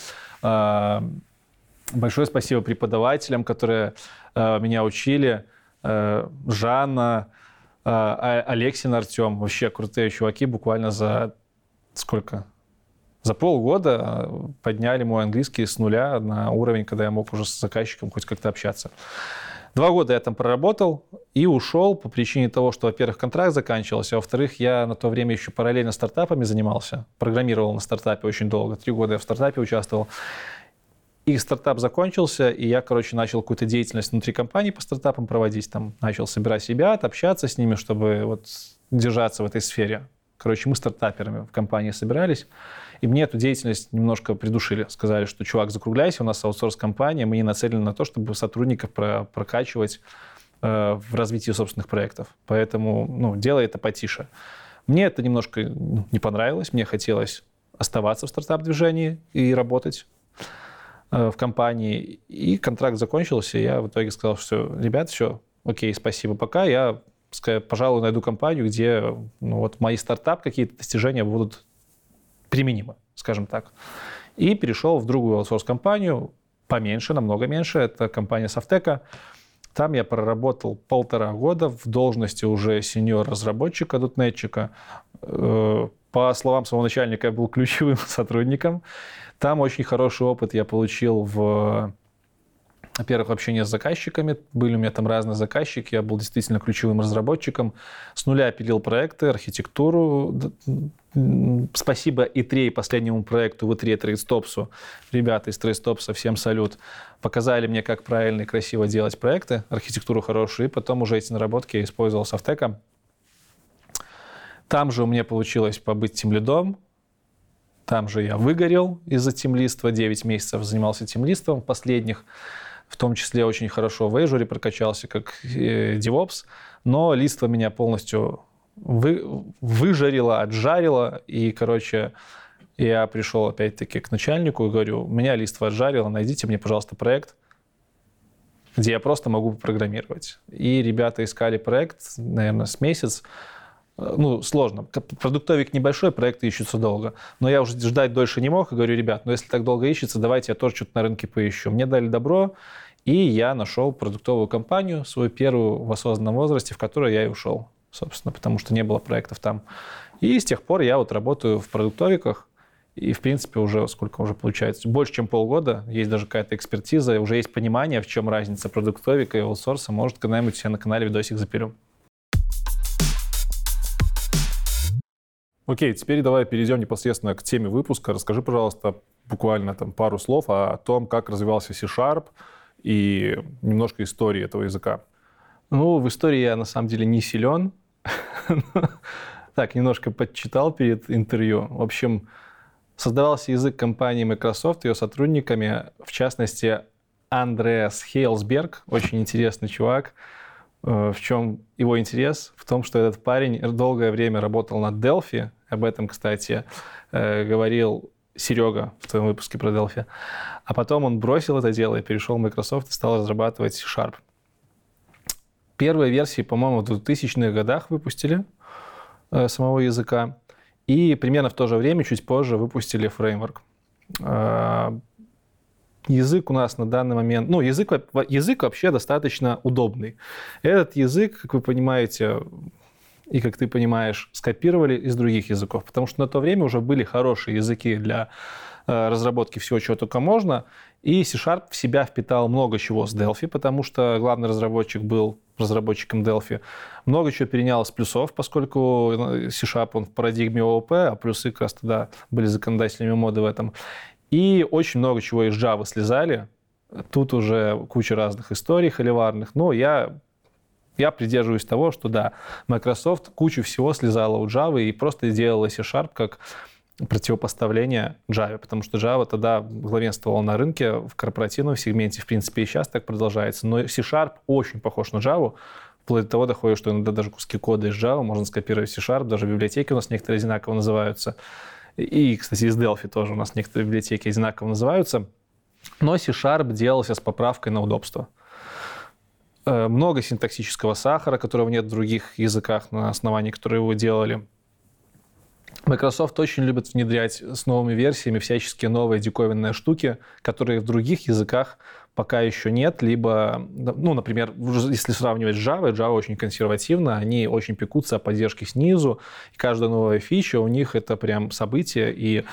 преподавателям, которые меня учили. Жанна, Алексин, Артем. Вообще крутые чуваки. Буквально за За полгода подняли мой английский с нуля на уровень, когда я мог уже с заказчиком хоть как-то общаться. 2 года я там проработал и ушел по причине того, что, во-первых, контракт заканчивался, а во-вторых, я на то время еще параллельно стартапами занимался, программировал на стартапе очень долго, 3 года я в стартапе участвовал. И стартап закончился, и я, начал какую-то деятельность внутри компании по стартапам проводить, там, начал собирать ребят, общаться с ними, чтобы вот держаться в этой сфере. Мы стартаперами в компании собирались, и мне эту деятельность немножко придушили. Сказали, что, чувак, закругляйся, у нас аутсорс-компания, мы не нацелены на то, чтобы сотрудников прокачивать в развитии собственных проектов. Поэтому, делай это потише. Мне это немножко не понравилось, мне хотелось оставаться в стартап-движении и работать в компании. И контракт закончился, и я в итоге сказал, что, ребят, все, окей, спасибо, пока, я, пожалуй, найду компанию, где мои стартап, какие-то достижения будут применимы, скажем так. И перешел в другую аутсорс-компанию, поменьше, намного меньше, это компания Софтека. Там я проработал 1,5 года в должности уже сеньор-разработчика, дотнетчика. По словам своего начальника, я был ключевым сотрудником. Там очень хороший опыт я получил во-первых, общение с заказчиками. Были у меня там разные заказчики. Я был действительно ключевым разработчиком. С нуля пилил проекты, архитектуру. Спасибо И3, последнему проекту В3 TradeStops'у. Ребята из TradeStops'а, всем салют. Показали мне, как правильно и красиво делать проекты, архитектуру хорошую. И потом уже эти наработки я использовал Софтека. Там же у меня получилось побыть тимлидом. Там же я выгорел из-за тимлиства. 9 месяцев занимался тимлистом последних. В том числе очень хорошо в Azure прокачался как DevOps. Но листво меня полностью выжарило, отжарило. И, я пришел опять-таки к начальнику и говорю, меня листво отжарило, найдите мне, пожалуйста, проект, где я просто могу программировать. И ребята искали проект, наверное, с месяц. Сложно. Продуктовик небольшой, проекты ищутся долго. Но я уже ждать дольше не мог и говорю, ребят, если так долго ищется, давайте я тоже что-то на рынке поищу. Мне дали добро, и я нашел продуктовую компанию, свою первую в осознанном возрасте, в которой я и ушел, собственно, потому что не было проектов там. И с тех пор я работаю в продуктовиках, и, в принципе, уже сколько уже получается? Больше, чем полгода. Есть даже какая-то экспертиза, уже есть понимание, в чем разница продуктовика и аутсорса. Может, когда-нибудь я на канале видосик запилю. Окей, теперь давай перейдем непосредственно к теме выпуска. Расскажи, пожалуйста, буквально пару слов о том, как развивался C# и немножко истории этого языка. В истории я на самом деле не силен. Так, немножко подчитал перед интервью. В общем, создавался язык компании Microsoft, ее сотрудниками, в частности, Андреас Хейлсберг, очень интересный чувак. В чем его интерес? В том, что этот парень долгое время работал над Delphi. Об этом, кстати, говорил Серега в твоем выпуске про Delphi. А потом он бросил это дело и перешел в Microsoft и стал разрабатывать C#. Первые версии, по-моему, в 2000-х годах выпустили самого языка. И примерно в то же время, чуть позже, выпустили фреймворк. Язык у нас на данный момент... язык вообще достаточно удобный. Этот язык, как вы понимаете, и как ты понимаешь, скопировали из других языков, потому что на то время уже были хорошие языки для разработки всего, чего только можно, и C# в себя впитал много чего с Delphi, потому что главный разработчик был разработчиком Delphi. Много чего перенял с плюсов, поскольку C# он в парадигме ООП, а плюсы как раз тогда были законодательными моды в этом. И очень много чего из Java слезали. Тут уже куча разных историй холиварных. Но я придерживаюсь того, что да, Microsoft кучу всего слезала у Java и просто делала C# как противопоставление Java, потому что Java тогда главенствовала на рынке в корпоративном сегменте, в принципе, и сейчас так продолжается. Но C# очень похож на Java, вплоть до того доходит, что иногда даже куски кода из Java можно скопировать в C#, даже библиотеки у нас некоторые одинаково называются. И, кстати, из Delphi тоже у нас некоторые библиотеки одинаково называются. Но C# делался с поправкой на удобство. Много синтаксического сахара, которого нет в других языках, на основании которого его делали. Microsoft очень любит внедрять с новыми версиями всяческие новые диковинные штуки, которые в других языках пока еще нет, либо, например, если сравнивать с Java очень консервативно, они очень пекутся о поддержке снизу, и каждая новая фича у них это прям событие, и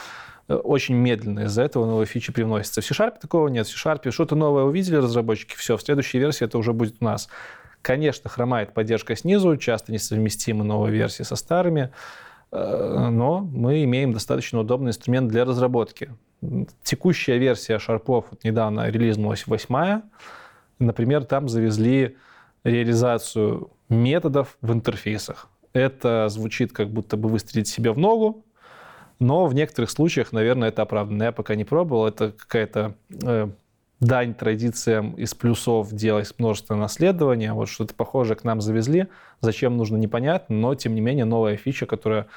очень медленно из-за этого новые фичи привносятся. В C# такого нет. В C# что-то новое увидели разработчики, все, в следующей версии это уже будет у нас. Конечно, хромает поддержка снизу, часто несовместимы новые версии со старыми, но мы имеем достаточно удобный инструмент для разработки. Текущая версия шарпов вот недавно релизнулась 8-я. Например, там завезли реализацию методов в интерфейсах. Это звучит, как будто бы выстрелить себе в ногу, но в некоторых случаях, наверное, это оправданно. Я пока не пробовал. Это какая-то дань традициям из плюсов делать множественное наследование. Вот что-то похожее к нам завезли. Зачем нужно, непонятно, но, тем не менее, новая фича, которая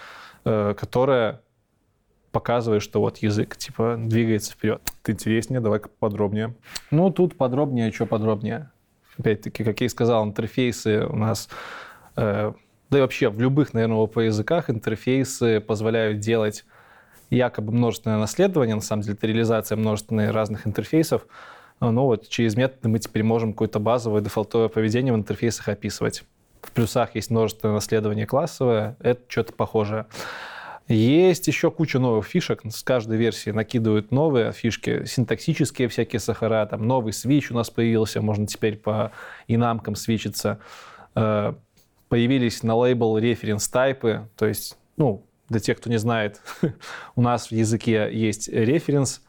показывает, что вот язык типа двигается вперед. Это интереснее, давай подробнее. Ну, тут подробнее, что подробнее. Опять-таки, как я и сказал, интерфейсы у нас, да и вообще в любых, наверное, ООП-языках интерфейсы позволяют делать якобы множественное наследование, на самом деле это реализация множественных разных интерфейсов, но вот через методы мы теперь можем какое-то базовое дефолтовое поведение в интерфейсах описывать. В плюсах есть множественное наследование классовое, это что-то похожее. Есть еще куча новых фишек, с каждой версии накидывают новые фишки, синтаксические всякие сахара, там новый свич у нас появился, можно теперь по инамкам свичиться. Появились на лейбл референс-тайпы, то есть, ну, для тех, кто не знает, у нас в языке есть референс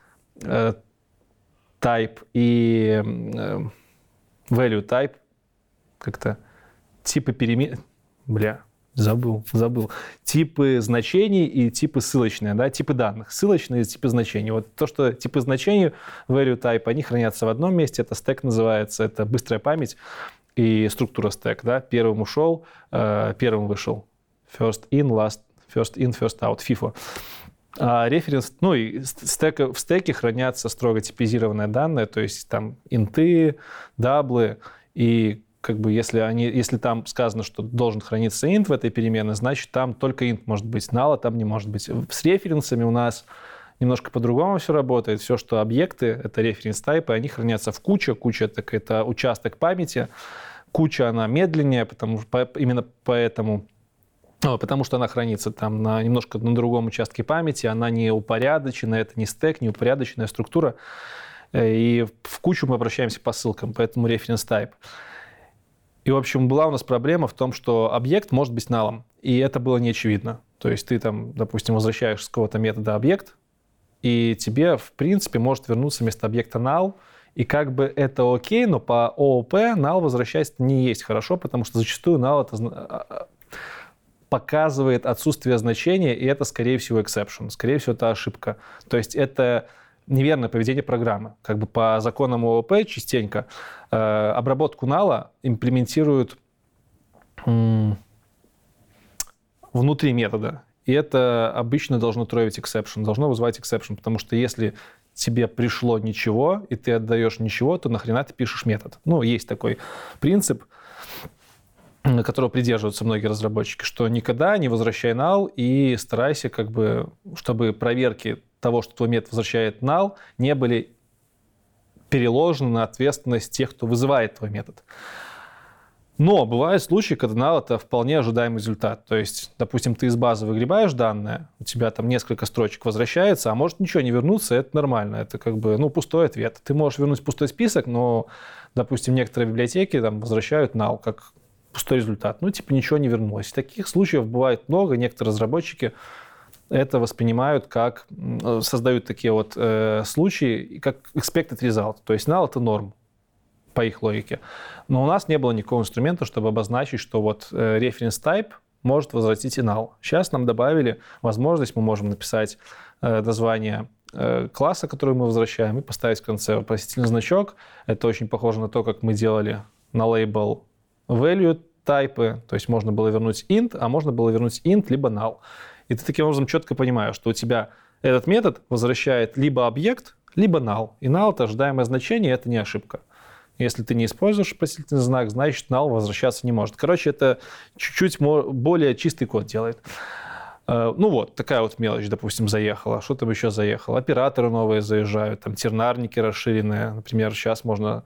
type и value type, как-то типы перемен... Забыл. Типы значений и типы ссылочные, да, типы данных. Ссылочные и типы значений. Вот то, что типы значений, value type, они хранятся в одном месте, это стек называется, это быстрая память и структура стек, да, первым ушел, первым вышел. First in, first out, FIFO. Референс, ну и в стеке хранятся строго типизированные данные, то есть там инты, даблы, и как бы если там сказано, что должен храниться int в этой переменной, значит там только int может быть, null там не может быть. С референсами у нас немножко по-другому все работает. Все, что объекты, это референс-тайпы, они хранятся в куче. Куча — это участок памяти. Куча, она медленнее, именно поэтому... Потому что она хранится там немножко на другом участке памяти, она не упорядоченная, это не стек, не упорядоченная структура. И в кучу мы обращаемся по ссылкам, поэтому reference type. И, в общем, была у нас проблема в том, что объект может быть налом, и это было не очевидно. То есть ты там, допустим, возвращаешь с какого-то метода объект, и тебе, в принципе, может вернуться вместо объекта null, и как бы это окей, но по ООП null возвращать не есть хорошо, потому что зачастую null это показывает отсутствие значения, и это, скорее всего, exception, скорее всего, это ошибка. То есть это неверное поведение программы. Как бы по законам ООП частенько обработку нала имплементируют внутри метода. И это обычно должно троить exception, должно вызывать exception, потому что если тебе пришло ничего, и ты отдаешь ничего, то нахрена ты пишешь метод? Ну, есть такой принцип, которого придерживаются многие разработчики, что никогда не возвращай null и старайся, как бы, чтобы проверки того, что твой метод возвращает null, не были переложены на ответственность тех, кто вызывает твой метод. Но бывают случаи, когда null — это вполне ожидаемый результат. То есть, допустим, ты из базы выгребаешь данные, у тебя там несколько строчек возвращается, а может ничего не вернуться, это нормально. Это как бы, пустой ответ. Ты можешь вернуть пустой список, но, допустим, некоторые библиотеки там возвращают null как пустой результат. Ничего не вернулось. Таких случаев бывает много. Некоторые разработчики это воспринимают как, создают такие вот случаи, как expected result. То есть null — это норм, по их логике. Но у нас не было никакого инструмента, чтобы обозначить, что вот reference type может возвратить и null. Сейчас нам добавили возможность, мы можем написать название класса, который мы возвращаем, и поставить в конце вопросительный значок. Это очень похоже на то, как мы делали на лейбл value type, то есть можно было вернуть int, а можно было вернуть int либо null. И ты таким образом четко понимаешь, что у тебя этот метод возвращает либо объект, либо null. И null — это ожидаемое значение, это не ошибка. Если ты не используешь вопросительный знак, значит null возвращаться не может. Короче, это чуть-чуть более чистый код делает. Такая вот мелочь, допустим, заехала. Что там еще заехало? Операторы новые заезжают, там тернарники расширенные. Например, сейчас можно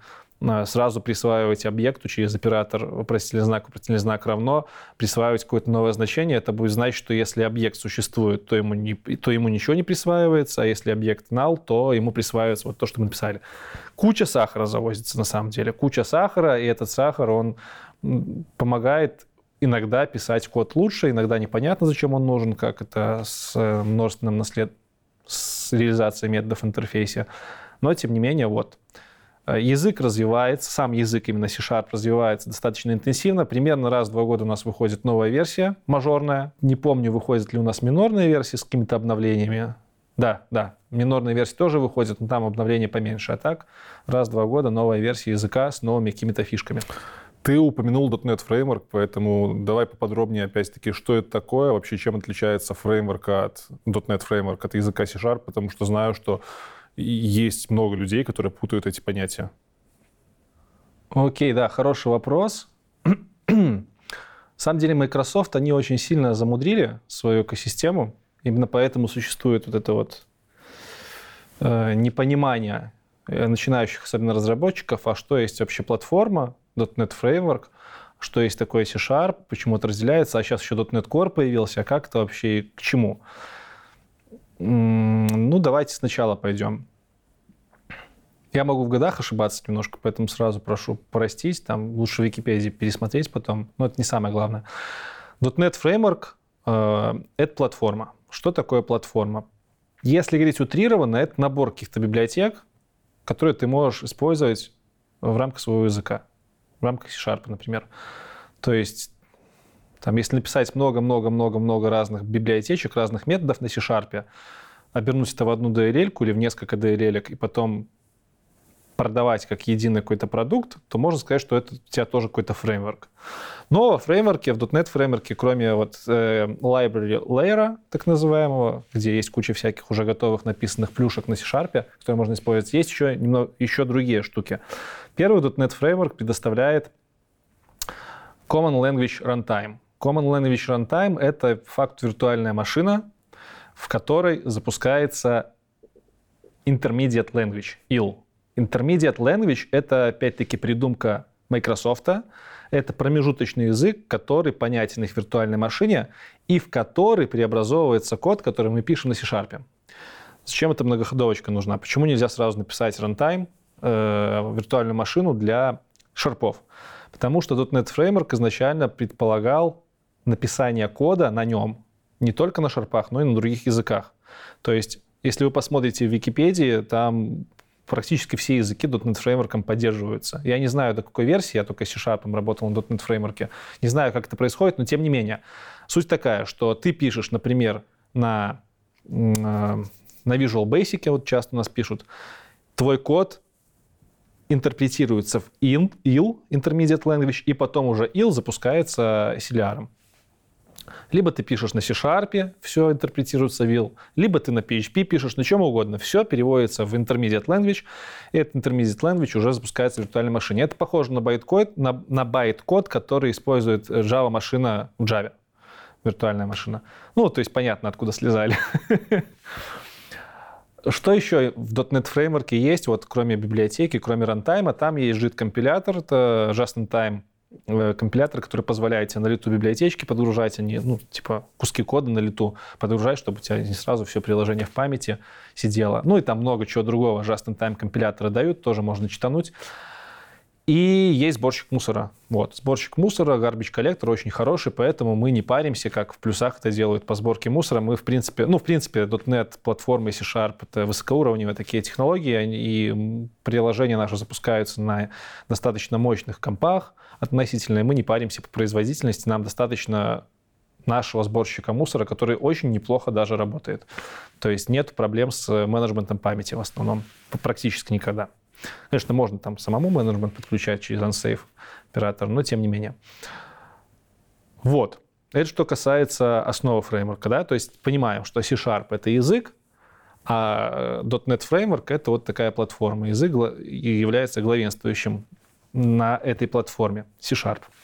сразу присваивать объекту через оператор вопросительный знак равно, присваивать какое-то новое значение. Это будет значить, что если объект существует, то ему ничего не присваивается, а если объект null, то ему присваивается вот то, что мы написали. Куча сахара завозится на самом деле. Куча сахара, и этот сахар, он помогает иногда писать код лучше, иногда непонятно, зачем он нужен, как это с множественным с реализацией методов в интерфейсе. Но, тем не менее, вот. Язык развивается, сам язык именно C# развивается достаточно интенсивно. Примерно раз в 2 года у нас выходит новая версия, мажорная. Не помню, выходит ли у нас минорная версия с какими-то обновлениями. Да, минорная версия тоже выходит, но там обновления поменьше. А так, раз в 2 года новая версия языка с новыми какими-то фишками. Ты упомянул .NET Framework, поэтому давай поподробнее, опять-таки, что это такое, вообще чем отличается фреймворк от .NET Framework от языка C#, потому что знаю, что есть много людей, которые путают эти понятия. Окей, да, хороший вопрос. На самом деле Microsoft, они очень сильно замудрили свою экосистему. Именно поэтому существует вот это вот непонимание начинающих, особенно разработчиков, а что есть вообще платформа, .NET Framework, что есть такое C#, почему это разделяется, а сейчас еще .NET Core появился, а как это вообще и к чему? Ну, давайте сначала пойдем. Я могу в годах ошибаться немножко, поэтому сразу прошу простить. Там лучше в Википедии пересмотреть потом, но это не самое главное. .NET Framework это платформа. Что такое платформа? Если говорить утрированно, это набор каких-то библиотек, которые ты можешь использовать в рамках своего языка, в рамках C#, например. То есть, там, если написать много-много-много-много разных библиотечек, разных методов на C#, обернуть это в одну DLL-ку или в несколько DLL-ок, и потом продавать как единый какой-то продукт, то можно сказать, что это у тебя тоже какой-то фреймворк. Но во фреймворке, в .NET фреймворке, кроме вот library layer, так называемого, где есть куча всяких уже готовых написанных плюшек на C#, которые можно использовать, есть еще другие штуки. Первый .NET фреймворк предоставляет Common Language Runtime. Common Language Runtime — это факт виртуальная машина, в которой запускается Intermediate Language, IL. Intermediate Language — это, опять-таки, придумка Microsoft. Это промежуточный язык, который понятен их виртуальной машине и в который преобразовывается код, который мы пишем на C#. Зачем эта многоходовочка нужна? Почему нельзя сразу написать runtime, виртуальную машину для шарпов? Потому что .NET Framework изначально предполагал написание кода на нем не только на шарпах, но и на других языках. То есть, если вы посмотрите в Википедии, там практически все языки .NET Framework поддерживаются. Я не знаю, до какой версии, я только C# работал на .NET Framework. Не знаю, как это происходит, но тем не менее. Суть такая, что ты пишешь, например, на Visual Basic, вот часто у нас пишут, твой код интерпретируется в IL, Intermediate Language, и потом уже IL запускается CLR. Либо ты пишешь на C#, все интерпретируется в IL, либо ты на PHP пишешь, на чем угодно, все переводится в Intermediate Language, и этот Intermediate Language уже запускается в виртуальной машине. Это похоже на байт-код, который использует Java-машина в Java, виртуальная машина. Ну, то есть понятно, откуда слезали. Что еще в .NET Framework есть, вот кроме библиотеки, кроме рантайма, там есть JIT-компилятор, это just-in-time компилятор, который позволяет тебе на лету библиотечки подгружать, они, типа куски кода на лету подгружать, чтобы у тебя не сразу все приложение в памяти сидело. Ну и там много чего другого. Just-in-time компиляторы дают, тоже можно читануть. И есть сборщик мусора. Вот. Сборщик мусора, garbage collector очень хороший, поэтому мы не паримся, как в плюсах это делают по сборке мусора. Мы, в принципе, .NET, платформа и C# — это высокоуровневые такие технологии, и приложения наши запускаются на достаточно мощных компах относительно, и мы не паримся по производительности, нам достаточно нашего сборщика мусора, который очень неплохо даже работает. То есть нет проблем с менеджментом памяти в основном, практически никогда. Конечно, можно там самому менеджмент подключать через unsafe оператор, но тем не менее. Вот. Это что касается основы фреймворка, да, то есть понимаем, что C# — это язык, а .NET Framework — это вот такая платформа. Язык является главенствующим на этой платформе C#.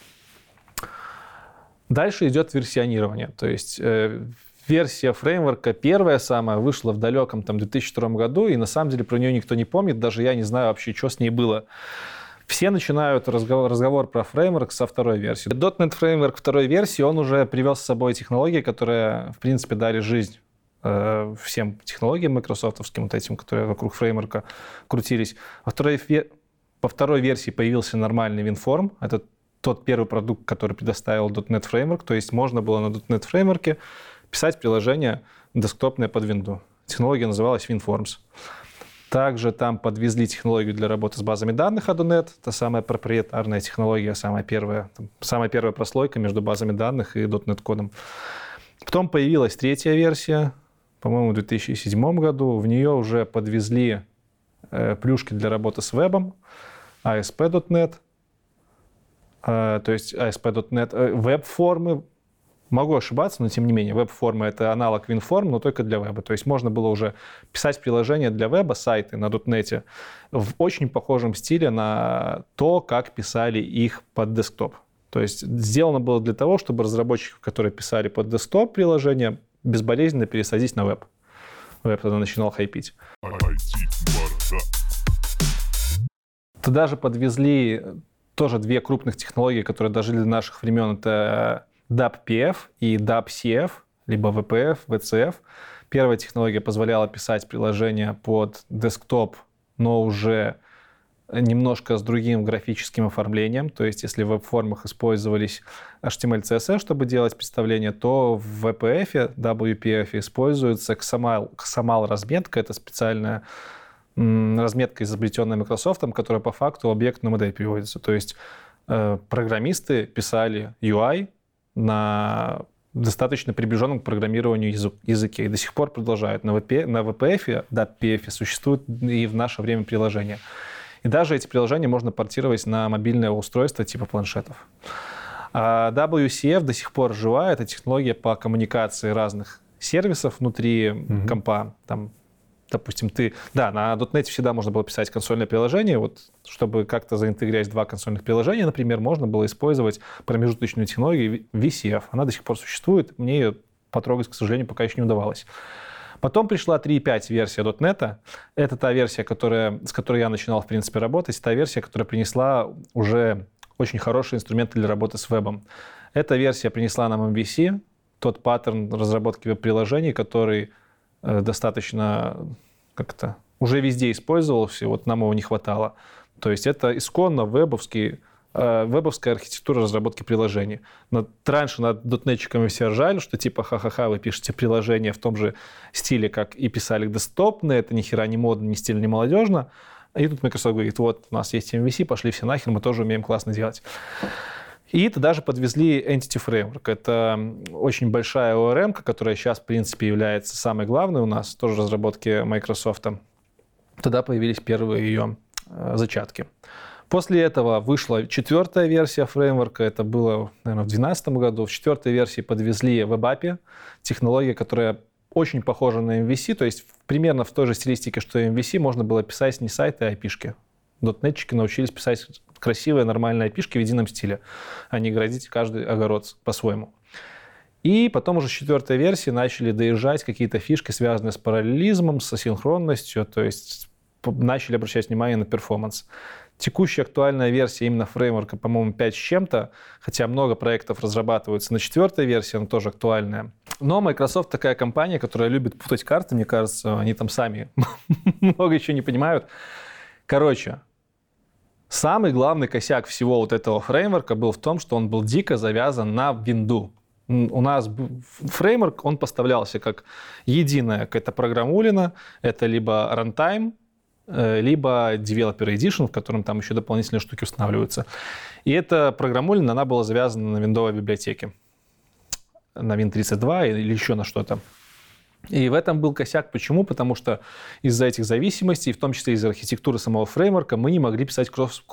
Дальше идет версионирование, то есть версия фреймворка первая самая вышла в далеком 2002 году, и на самом деле про нее никто не помнит, даже я не знаю вообще, что с ней было. все начинают разговор про фреймворк со второй версии. .NET Framework второй версии, он уже привез с собой технологии, которые, в принципе, дали жизнь всем технологиям майкрософтовским, вот этим, которые вокруг фреймворка крутились. По второй версии появился нормальный WinForm. Это тот первый продукт, который предоставил .NET Framework. То есть можно было на .NET Framework писать приложение десктопное под Windows. Технология называлась WinForms. Также там подвезли технологию для работы с базами данных ADONET. Это самая проприетарная технология, самая первая прослойка между базами данных и .NET кодом. Потом появилась третья версия, по-моему, в 2007 году. В нее уже подвезли плюшки для работы с вебом, ASP.NET, то есть ASP.NET, веб-формы. Могу ошибаться, но тем не менее, веб-форма — это аналог WinForm, но только для веба. То есть можно было уже писать приложения для веба, сайты на .NET в очень похожем стиле на то, как писали их под десктоп. То есть сделано было для того, чтобы разработчиков, которые писали под десктоп приложения, безболезненно пересадить на веб. Веб тогда начинал хайпить. Туда же подвезли тоже две крупных технологии, которые дожили до наших времен. Это DAP-PF и DAP-CF, либо VPF, VCF. Первая технология позволяла писать приложения под десктоп, но уже немножко с другим графическим оформлением. То есть если в веб-формах использовались HTML, CSS, чтобы делать представление, то в VPF, WPF используется XML разметка. Это специальная разметка, изобретенная Microsoft, которая по факту в объектную модель переводится. То есть программисты писали UI на достаточно приближенном к программированию языке. И до сих пор продолжают. На VPF, DAP-PF существует и в наше время приложения. И даже эти приложения можно портировать на мобильное устройство типа планшетов. А WCF до сих пор жива. Это технология по коммуникации разных сервисов внутри компа. Там, допустим, на .NET всегда можно было писать консольное приложение. Вот, чтобы как-то заинтегрировать два консольных приложения, например, можно было использовать промежуточную технологию VCF. Она до сих пор существует. Мне ее потрогать, к сожалению, пока еще не удавалось. Потом пришла 3.5 версия .NET. Это та версия, с которой я начинал, в принципе, работать. Та версия, которая принесла уже очень хорошие инструменты для работы с вебом. Эта версия принесла нам MVC, тот паттерн разработки веб-приложений, который достаточно как-то уже везде использовался, вот нам его не хватало. То есть это исконно вебовская архитектура разработки приложений. Раньше над .NET-чиками все ржали, что типа ха-ха-ха, вы пишете приложение в том же стиле, как и писали десктопные, это ни хера не модно, ни стильно, ни молодежно. И тут Microsoft говорит, вот у нас есть MVC, пошли все нахер, мы тоже умеем классно делать. И тогда же подвезли Entity Framework. Это очень большая ORM, которая сейчас, в принципе, является самой главной у нас, тоже в разработке Microsoft. Тогда появились первые ее зачатки. После этого вышла четвертая версия фреймворка. Это было, наверное, в 2012 году. В четвертой версии подвезли WebAPI, технология, которая очень похожа на MVC. То есть примерно в той же стилистике, что и MVC, можно было писать не сайты, а IP-шки. .NET-чики научились писать красивые, нормальные IP-шки в едином стиле, а не градить каждый огород по-своему. И потом уже с четвертой версии начали доезжать какие-то фишки, связанные с параллелизмом, с асинхронностью, то есть начали обращать внимание на перформанс. Текущая актуальная версия именно фреймворка, по-моему, 5 с чем-то, хотя много проектов разрабатываются на четвертой версии, она тоже актуальная. Но Microsoft такая компания, которая любит путать карты, мне кажется, они там сами много еще не понимают. Короче, самый главный косяк всего вот этого фреймворка был в том, что он был дико завязан на винду. У нас фреймворк, он поставлялся как единая какая-то программулина, это либо runtime, либо Developer Edition, в котором там еще дополнительные штуки устанавливаются. И эта программулина, она была завязана на виндовой библиотеке, на Win32 или еще на что-то. И в этом был косяк. Почему? Потому что из-за этих зависимостей, в том числе из-за архитектуры самого фреймворка, мы не могли писать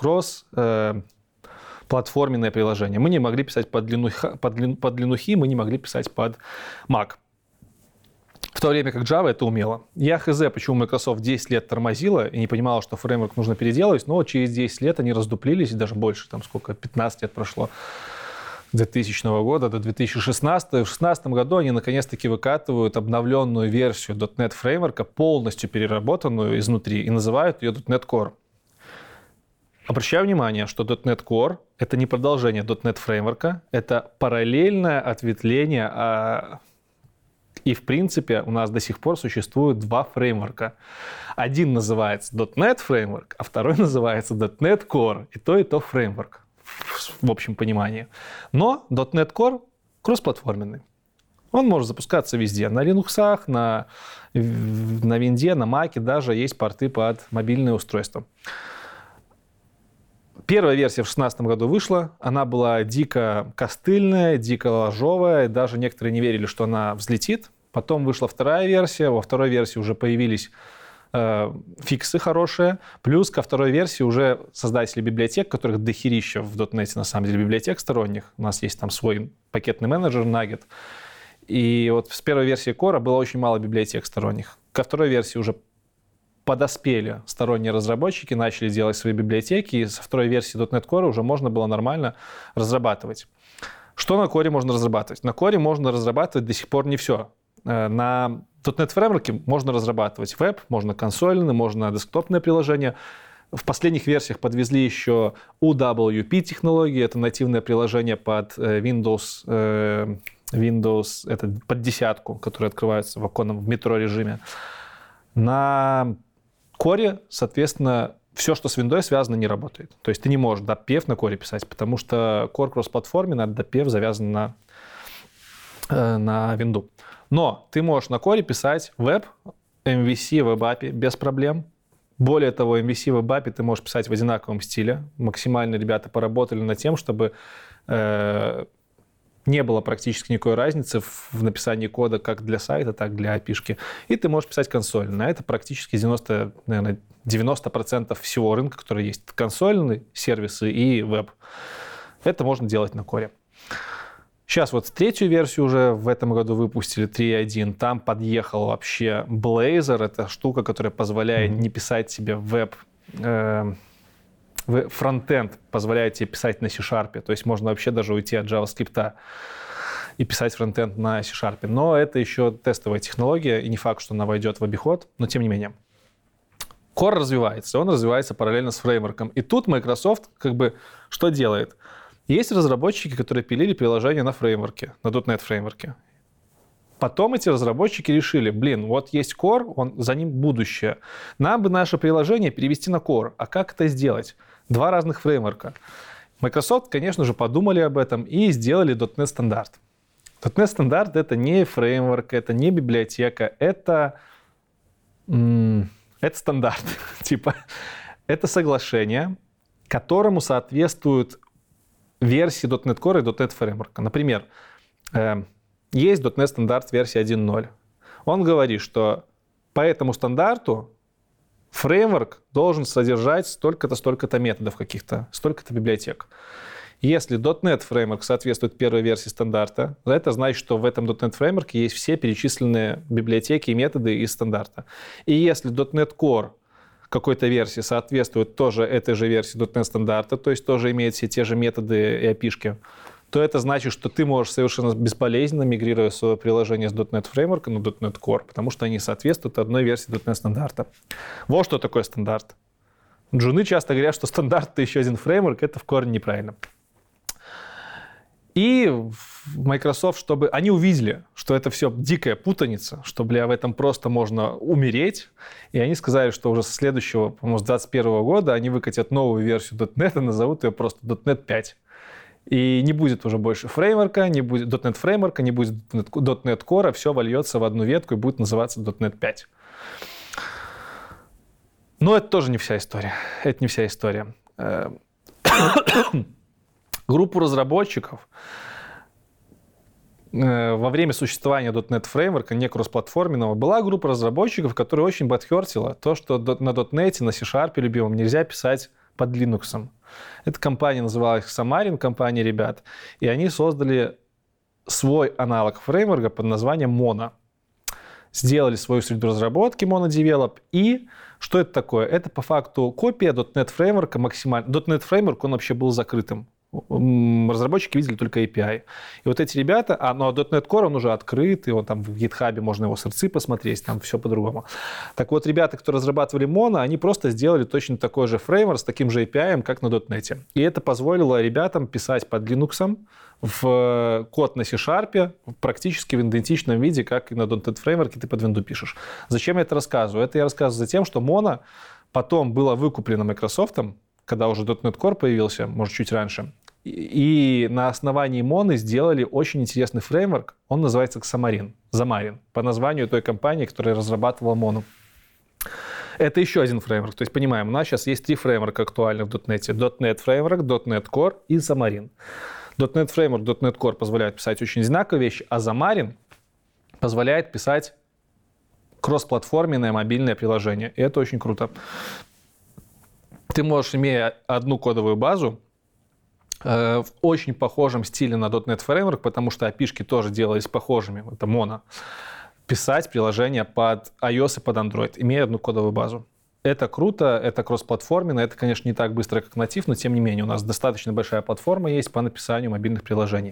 кросс-платформенное приложение. Мы не могли писать под Linux, мы не могли писать под Mac. В то время как Java это умела. Я хз, почему Microsoft 10 лет тормозила и не понимала, что фреймворк нужно переделывать, но через 10 лет они раздуплились, даже больше, там сколько, 15 лет прошло. 2000 года до 2016. В 2016 году они наконец-таки выкатывают обновленную версию .NET фреймворка, полностью переработанную изнутри, и называют ее .NET Core. Обращаю внимание, что .NET Core — это не продолжение .NET фреймворка, это параллельное ответвление, и в принципе у нас до сих пор существует два фреймворка. Один называется .NET фреймворк, а второй называется .NET Core. И то фреймворк в общем понимании. Но .NET Core кроссплатформенный. Он может запускаться везде. На Linux, на Винде, на Маке даже есть порты под мобильные устройства. Первая версия в 2016 году вышла. Она была дико костыльная, дико ложовая. Даже некоторые не верили, что она взлетит. Потом вышла вторая версия. Во второй версии уже появились фиксы хорошие. Плюс ко второй версии уже создатели библиотек, которых дохерища в .NET на самом деле библиотек сторонних. У нас есть там свой пакетный менеджер Nugget. И вот с первой версии Core было очень мало библиотек сторонних. Ко второй версии уже подоспели сторонние разработчики, начали делать свои библиотеки, и со второй версии .NET Core уже можно было нормально разрабатывать. Что на Core можно разрабатывать? На Core можно разрабатывать до сих пор не все. На .NET фреймворке можно разрабатывать веб, можно консольные, можно десктопные приложения. В последних версиях подвезли еще UWP технологии, это нативное приложение под Windows, это под десятку, которые открываются в оконном в метро режиме. На Core, соответственно, все, что с Windows связано, не работает. То есть ты не можешь .pf на Core писать, потому что Core кроссплатформенный, а .pf завязан на Windows. Но ты можешь на Core писать веб, MVC, WebAPI без проблем. Более того, MVC, WebAPI ты можешь писать в одинаковом стиле. Максимально ребята поработали над тем, чтобы не было практически никакой разницы в написании кода как для сайта, так и для API-шки. И ты можешь писать консольно. Это практически 90% всего рынка, который есть. Консольные сервисы и веб. Это можно делать на Core. Сейчас вот третью версию уже в этом году выпустили, 3.1. Там подъехал вообще Blazor. Это штука, которая позволяет не писать себе веб... Фронтенд позволяет тебе писать на C-Sharp, то есть можно вообще даже уйти от JavaScript и писать фронтенд на C-Sharp. Но это еще тестовая технология, и не факт, что она войдет в обиход, но тем не менее. Core развивается, он развивается параллельно с фреймворком. И тут Microsoft как бы что делает? Есть разработчики, которые пилили приложения на фреймворке, на .NET фреймворке. Потом эти разработчики решили, вот есть Core, за ним будущее. Нам бы наше приложение перевести на Core. А как это сделать? Два разных фреймворка. Microsoft, конечно же, подумали об этом и сделали .NET стандарт. .NET стандарт — это не фреймворк, это не библиотека, это стандарт. Типа, это соглашение, которому соответствуют версии .NET Core и .NET фреймворка. Например, есть .NET стандарт версия 1.0. Он говорит, что по этому стандарту фреймворк должен содержать столько-то методов каких-то, столько-то библиотек. Если .NET фреймворк соответствует первой версии стандарта, это значит, что в этом .NET фреймворке есть все перечисленные библиотеки и методы из стандарта. И если .NET Core какой-то версии соответствует тоже этой же версии .NET стандарта, то есть тоже имеет все те же методы и API-шки, то это значит, что ты можешь совершенно безболезненно мигрировать свое приложение с .NET фреймворка на .NET Core, потому что они соответствуют одной версии .NET стандарта. Вот что такое стандарт. Джуны часто говорят, что стандарт — это еще один фреймворк, это в корне неправильно. И Microsoft, чтобы они увидели, что это все дикая путаница, что, в этом просто можно умереть, и они сказали, что уже со следующего, по-моему, с 2021 года они выкатят новую версию .NET и назовут ее просто .NET 5. И не будет уже больше фреймворка, не будет .NET фреймворка, не будет .NET Core, все вольется в одну ветку и будет называться .NET 5. Но это тоже не вся история. Это не вся история. Группу разработчиков во время существования .NET фреймворка, не кроссплатформенного, была группа разработчиков, которая очень бадхертила то, что на .NET, на C-Sharp любимом нельзя писать под Linux. Эта компания называлась Xamarin, компания ребят, и они создали свой аналог фреймворка под названием Mono. Сделали свою среду разработки MonoDevelop, и что это такое? Это по факту копия .NET фреймворка максимально. .NET фреймворк, он вообще был закрытым. разработчики видели только API. И вот эти ребята, ну а .NET Core, он уже открытый, он там в GitHub, можно его сорцы посмотреть, там все по-другому. Так вот, ребята, которые разрабатывали Mono, они просто сделали точно такой же фреймворк с таким же API, как на .NET. И это позволило ребятам писать под Linux в код на C# практически в идентичном виде, как и на .NET фреймворке ты под Windows пишешь. Зачем я это рассказываю? Это я рассказываю за тем, что Mono потом было выкуплено Microsoft, когда уже .NET Core появился, может, чуть раньше. И на основании Mono сделали очень интересный фреймворк. Он называется Xamarin, по названию той компании, которая разрабатывала Mono. Это еще один фреймворк. То есть, понимаем, у нас сейчас есть 3 фреймворка актуальных в .NET. .NET Framework, .NET Core и Xamarin. .NET Framework, .NET Core позволяют писать очень одинаковые вещи, а Xamarin позволяет писать кроссплатформенное мобильное приложение. И это очень круто. Ты можешь, имея одну кодовую базу, в очень похожем стиле на .NET Framework, потому что API-шки тоже делались похожими, это Mono, писать приложения под iOS и под Android, имея одну кодовую базу. Это круто, это кроссплатформенно, это, конечно, не так быстро, как натив, но тем не менее у нас достаточно большая платформа есть по написанию мобильных приложений.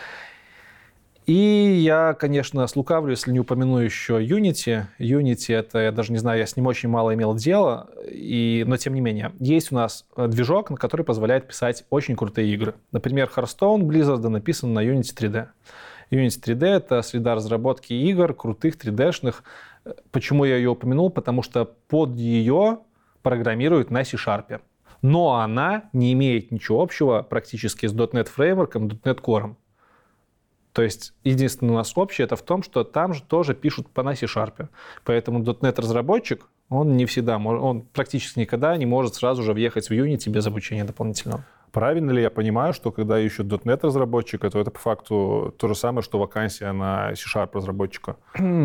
И я, конечно, слукавлю, если не упомяну еще Unity. Unity — это, я даже не знаю, я с ним очень мало имел дела, но тем не менее. Есть у нас движок, который позволяет писать очень крутые игры. Например, Hearthstone Blizzard написан на Unity 3D. Unity 3D — это среда разработки игр, крутых 3D-шных. Почему я ее упомянул? Потому что под ее программируют на C#. Но она не имеет ничего общего практически с .NET Framework, .NET Core. То есть единственное у нас общее это в том, что там же тоже пишут на C#. Поэтому .NET-разработчик, он не всегда, он практически никогда не может сразу же въехать в Unity без обучения дополнительного. Правильно ли я понимаю, что когда ищут .NET-разработчика, то это по факту то же самое, что вакансия на C#-разработчика?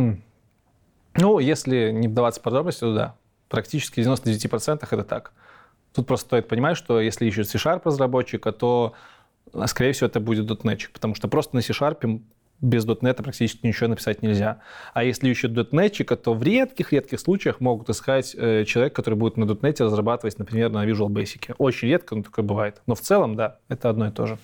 Ну, если не вдаваться в подробности, то да. Практически в 99% это так. Тут просто стоит понимать, что если ищут C#-разработчика, то скорее всего, это будет .NET, потому что просто на C# без .NET практически ничего написать нельзя. А если ищут .NET, то в редких случаях могут искать человека, который будет на .NET разрабатывать, например, на Visual Basic. Очень редко, но такое бывает. Но в целом, да, это одно и то же.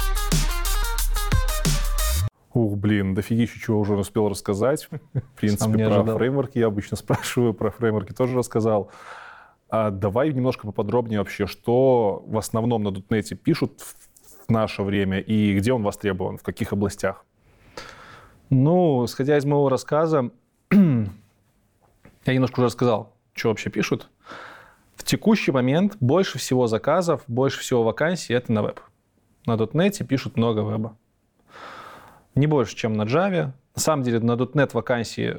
Ух, блин, дофигища чего уже успел рассказать. В принципе, про фреймворки я обычно спрашиваю, про фреймворки тоже рассказал. А давай немножко поподробнее вообще, что в основном на .NET пишут в наше время и где он востребован, в каких областях? Ну, исходя из моего рассказа, я немножко уже рассказал, что вообще пишут. В текущий момент больше всего заказов, больше всего вакансий это на веб. На .NET пишут много веба. Не больше, чем на Java. На самом деле на .NET вакансии,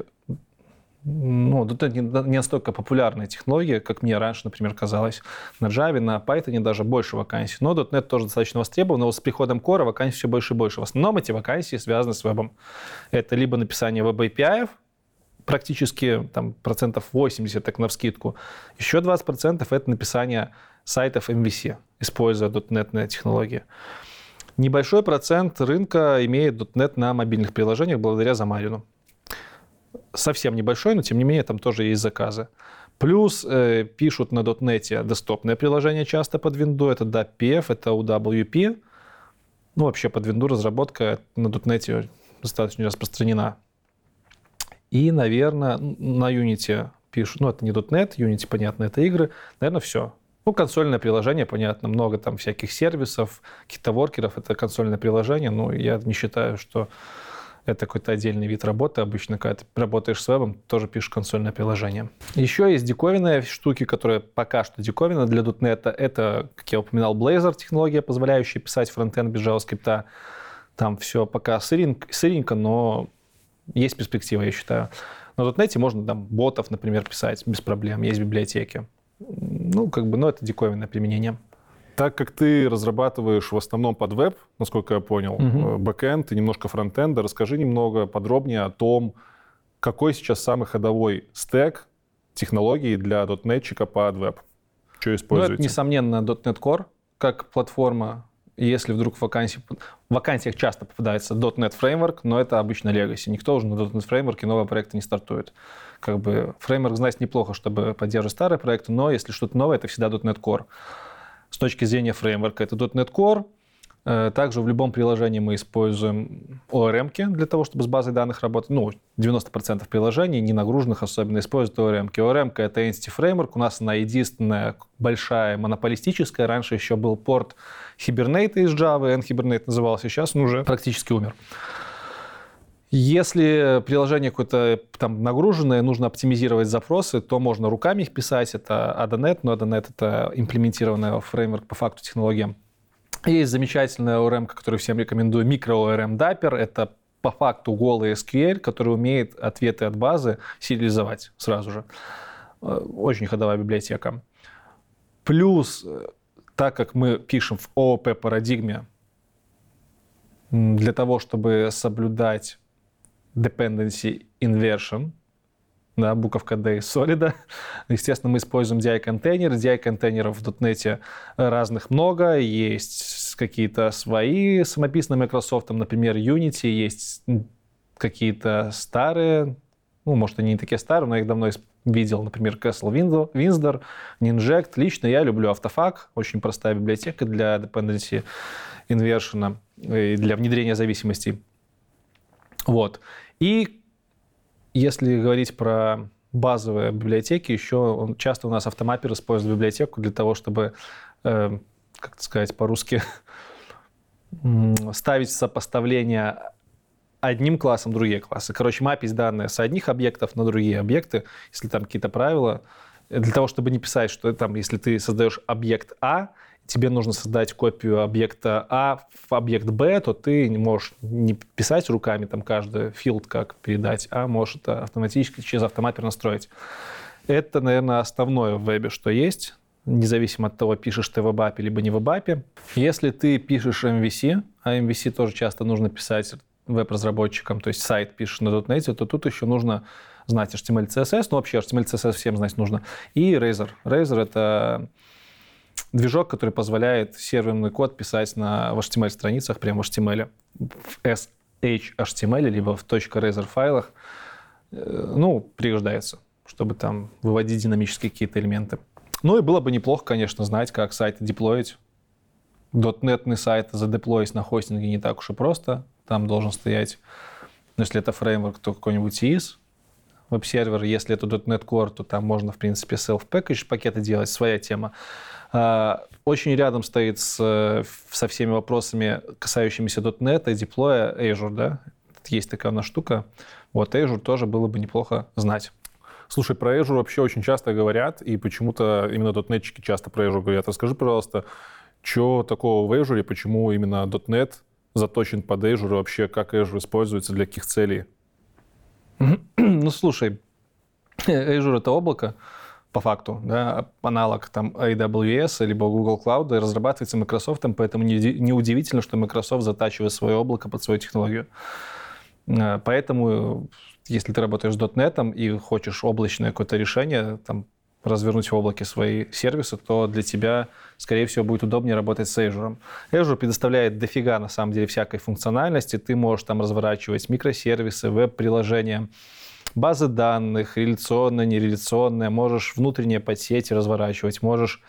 .NET не настолько популярная технология, как мне раньше, например, казалось. На Java, на Python даже больше вакансий. Но .NET тоже достаточно востребован, но с приходом Core вакансий все больше и больше. В основном эти вакансии связаны с вебом. Это либо написание веб-API, практически там, 80%, так навскидку. Еще 20% это написание сайтов MVC, используя .NET технологии. Небольшой процент рынка имеет .NET на мобильных приложениях благодаря Xamarin. Совсем небольшой, но тем не менее там тоже есть заказы. Плюс пишут на .NET десктопное приложение часто под Windows. Это DAPF, это UWP. Ну, вообще под Windows разработка на .NET достаточно распространена. И, наверное, на Unity пишут. Ну, это не .NET, Unity, понятно, это игры. Наверное, все. Ну, консольное приложение, понятно, много там всяких сервисов, каких-то воркеров. Это консольное приложение, но я не считаю, что это какой-то отдельный вид работы. Обычно, когда ты работаешь с вебом, тоже пишешь консольное приложение. Еще есть диковинные штуки, которые пока что диковина для .NET. Это, как я упоминал, Blazor технология, позволяющая писать фронтенд без JavaScript. Там все пока сыренько, но есть перспектива, я считаю. На .NET можно там ботов, например, писать без проблем. Есть библиотеки. Ну, это диковинное применение. Так как ты разрабатываешь в основном под веб, насколько я понял, бэкэнд и немножко фронтенда, расскажи немного подробнее о том, какой сейчас самый ходовой стек технологий для .NET-чика под веб. Что используете? Это, несомненно, .NET Core как платформа. Если вдруг в вакансиях часто попадается .NET Framework, но это обычно legacy. Никто уже на .NET Framework новые проекты не стартует. Фреймворк знать неплохо, чтобы поддерживать старые проекты, но если что-то новое, это всегда .NET Core. С точки зрения фреймворка это .NET Core, Также в любом приложении мы используем ORM-ки для того, чтобы с базой данных работать. 90% приложений, не нагруженных особенно, используют ORM-ки. ORM-ка — это Entity Framework. У нас она единственная, большая, монополистическая. Раньше еще был порт Hibernate из Java, N-Hibernate назывался. Сейчас он уже практически умер. Если приложение какое-то там нагруженное, нужно оптимизировать запросы, то можно руками их писать. Это AdaNet, но AdaNet — это имплементированная фреймворк по факту технология. Есть замечательная ORM, которую всем рекомендую, микро-ORM Dapper. Это по факту голый SQL, который умеет ответы от базы сериализовать сразу же. Очень ходовая библиотека. Плюс, так как мы пишем в OOP-парадигме, для того, чтобы соблюдать dependency inversion, да, буковка D из Solid. Естественно, мы используем DI-контейнеры. DI-контейнеров в .NET разных много. Есть какие-то свои самописные Microsoft, например, Unity. Есть какие-то старые, может, они не такие старые, но я их давно видел, например, Castle Windsor, Ninject. Лично я люблю Autofag. Очень простая библиотека для dependency inversion и для внедрения зависимостей. Вот. И если говорить про базовые библиотеки, еще часто у нас автомаппер использует библиотеку для того, чтобы, как сказать по-русски, ставить сопоставление одним классом другие классы. Короче, мапить данные с одних объектов на другие объекты, если там какие-то правила, для того, чтобы не писать, что там, если ты создаешь объект А, тебе нужно создать копию объекта А в объект Б, то ты не можешь не писать руками там каждый филд, как передать, а можешь это автоматически через автомаппер настроить. Это, наверное, основное в вебе, что есть, независимо от того, пишешь ты в веб-апе либо не в веб-апе. Если ты пишешь MVC, а MVC тоже часто нужно писать веб-разработчикам, то есть сайт пишешь на .NET, то тут еще нужно знать HTML, CSS, вообще HTML, CSS всем знать нужно, и Razor. Razor — это движок, который позволяет серверный код писать в HTML-страницах, прямо в HTML, в SHTML, либо в .razor файлах, пригождается, чтобы там выводить динамические какие-то элементы. И было бы неплохо, конечно, знать, как сайты деплоить. .NET-ный сайт задеплоить на хостинге не так уж и просто. Там должен стоять, если это фреймворк, то какой-нибудь EAS, веб-сервер. Если это .NET Core, то там можно, в принципе, self-package пакеты делать, своя тема. Очень рядом стоит со всеми вопросами, касающимися .NET и деплоя, Azure, да? Есть такая у нас штука. Вот Azure тоже было бы неплохо знать. Слушай, про Azure вообще очень часто говорят, и почему-то именно .NET-чики часто про Azure говорят. Расскажи, пожалуйста, что такого в Azure, почему именно .NET заточен под Azure, и вообще как Azure используется, для каких целей? Слушай, Azure — это облако, по факту, да, аналог там AWS либо Google Cloud, разрабатывается Microsoft, поэтому неудивительно, что Microsoft затачивает свое облако под свою технологию. Поэтому, если ты работаешь с .NET и хочешь облачное какое-то решение, там, развернуть в облаке свои сервисы, то для тебя, скорее всего, будет удобнее работать с Azure. Azure предоставляет дофига, на самом деле, всякой функциональности. Ты можешь там разворачивать микросервисы, веб-приложения, базы данных, реляционные, нереляционные, можешь внутренние подсети разворачивать, можешь,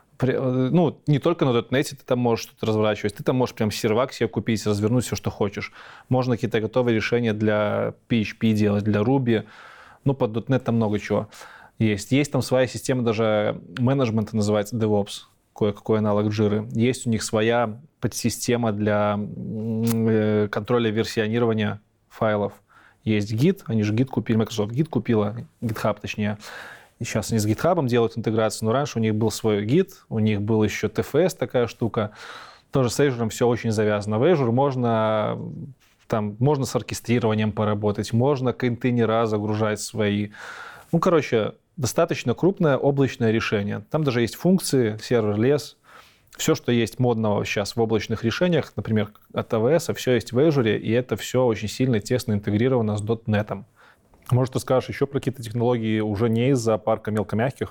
не только на .NET ты там можешь что-то разворачивать, ты там можешь прям сервак себе купить, развернуть все, что хочешь. Можно какие-то готовые решения для PHP делать, для Ruby, под .NET там много чего есть. Есть там своя система даже менеджмента, называется DevOps, кое-какой аналог Jira. Есть у них своя подсистема для контроля версионирования файлов. Есть Git, они же Git купили, Microsoft Git купила, GitHub точнее. И сейчас они с GitHub делают интеграцию, но раньше у них был свой Git, у них был еще TFS, такая штука. Тоже с Azure все очень завязано. В Azure можно с оркестрированием поработать, можно контейнера загружать свои. Достаточно крупное облачное решение. Там даже есть функции, сервер-лес. Все, что есть модного сейчас в облачных решениях, например, от AWS, все есть в Azure, и это все очень сильно, тесно интегрировано с .NET. Может, ты скажешь еще про какие-то технологии уже не из зоопарка мелкомягких?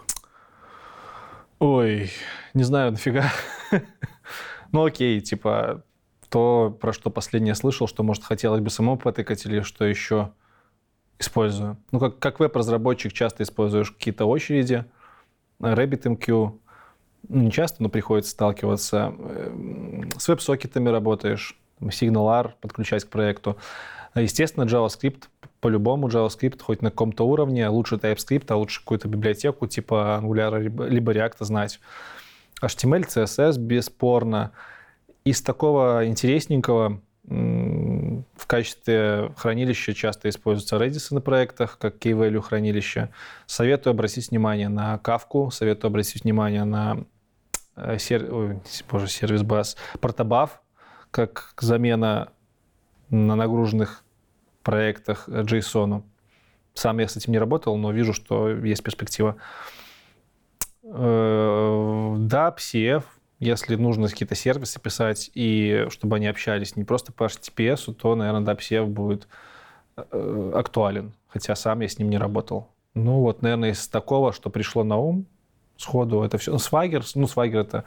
Ой, не знаю, нафига. Окей, то, про что последнее слышал, что, может, хотелось бы самому потыкать, или что еще использую. Как веб-разработчик часто используешь какие-то очереди, RabbitMQ, не часто, но приходится сталкиваться. С веб-сокетами работаешь, SignalR подключать к проекту. Естественно, JavaScript, по-любому JavaScript, хоть на каком-то уровне, лучше TypeScript, а лучше какую-то библиотеку типа Angular либо React знать. HTML, CSS, бесспорно. Из такого интересненького в качестве хранилища часто используются Redis на проектах, как key-value хранилище. Советую обратить внимание на Kafka, советую обратить внимание на сервис-бас Protobuf, как замена на нагруженных проектах JSON. Сам я с этим не работал, но вижу, что есть перспектива. Да, PCF, если нужно какие-то сервисы писать, и чтобы они общались не просто по HTTPS, то, наверное, да, PCF будет актуален, хотя сам я с ним не работал. Ну вот, наверное, из такого, что пришло на ум сходу, это все. Swagger это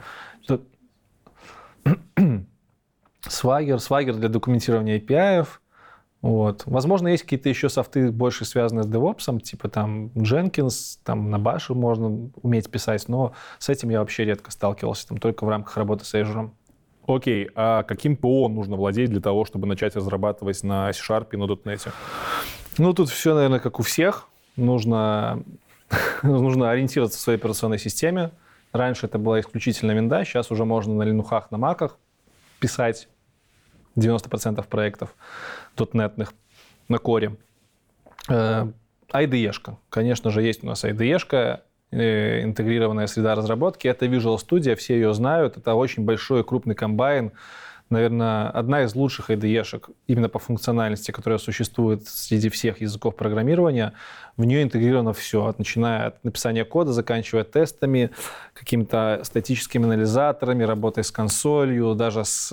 Swagger для документирования API. Вот. Возможно, есть какие-то еще софты, больше связанные с DevOps, типа там Jenkins, там на Bash можно уметь писать, но с этим я вообще редко сталкивался, там только в рамках работы с Azure. Окей, а каким ПО нужно владеть для того, чтобы начать разрабатывать на C# и на .NET? Ну, тут все, наверное, как у всех. Нужно ориентироваться в своей операционной системе. Раньше это была исключительно винда, сейчас уже можно на линухах, на маках писать 90% проектов .NET-ных на коре. IDE-шка. Конечно же, есть у нас IDE-шка, интегрированная среда разработки. Это Visual Studio, все ее знают. Это очень большой и крупный комбайн. Наверное, одна из лучших IDE-шек именно по функциональности, которая существует среди всех языков программирования. В нее интегрировано все, начиная от написания кода, заканчивая тестами, какими-то статическими анализаторами, работой с консолью, даже с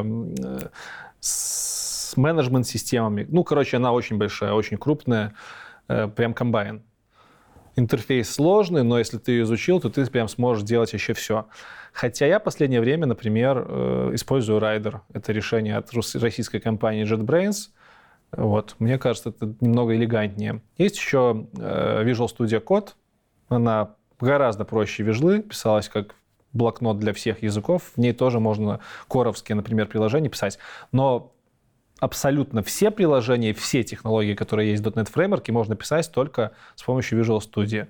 менеджмент-системами. Ну, короче, она очень большая, очень крупная, прям комбайн. Интерфейс сложный, но если ты ее изучил, то ты прям сможешь делать еще все. Хотя я в последнее время, например, использую Rider. Это решение от российской компании JetBrains. Вот. Мне кажется, это немного элегантнее. Есть еще Visual Studio Code. Она гораздо проще Visual, писалась как блокнот для всех языков. В ней тоже можно коровские, например, приложения писать. Но абсолютно все приложения, все технологии, которые есть в .NET Framework, можно писать только с помощью Visual Studio.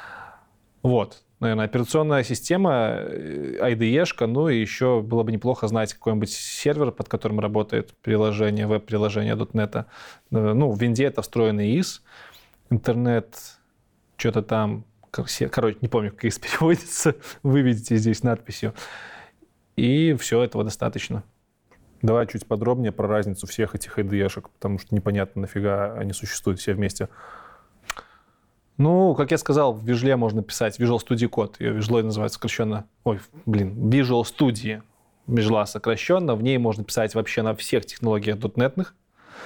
Вот. Наверное, операционная система, IDE-шка, ну и еще было бы неплохо знать какой-нибудь сервер, под которым работает приложение, веб-приложение .NET. Ну, в винде это встроенный IIS, интернет, что-то там, короче, не помню, как IIS переводится, вы видите здесь надписью. И все, этого достаточно. Давай чуть подробнее про разницу всех этих IDE-шек, потому что непонятно, нафига они существуют все вместе. Ну, как я сказал, в Visual можно писать Visual Studio Code. Ее Visual называется сокращенно. Visual Studio. Visual сокращенно. В ней можно писать вообще на всех технологиях .NET-ных.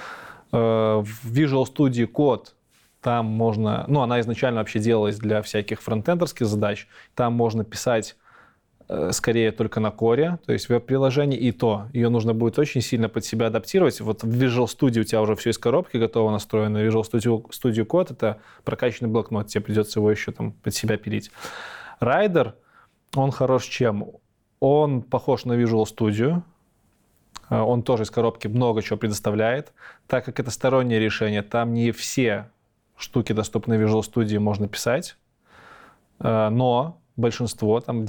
В Visual Studio Code там можно... Ну, она изначально вообще делалась для всяких фронтендерских задач. Там можно писать скорее только на коре, то есть веб-приложение, и то ее нужно будет очень сильно под себя адаптировать. Вот в Visual Studio у тебя уже все из коробки готово настроено. Visual Studio Code — это прокачанный блокнот, тебе придется его еще там под себя пилить. Rider, он хорош чем? Он похож на Visual Studio, он тоже из коробки много чего предоставляет. Так как это стороннее решение, там не все штуки, доступные в Visual Studio, можно писать, но большинство, там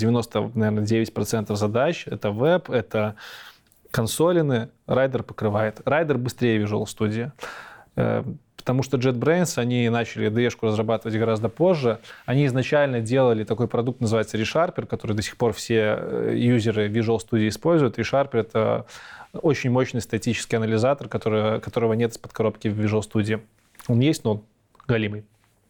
99% задач, это веб, это консолины, Rider покрывает. Rider быстрее Visual Studio, потому что JetBrains, они начали IDE-шку разрабатывать гораздо позже. Они изначально делали такой продукт, называется ReSharper, который до сих пор все юзеры Visual Studio используют. ReSharper — это очень мощный статический анализатор, которого нет из-под коробки в Visual Studio. Он есть, но галимый.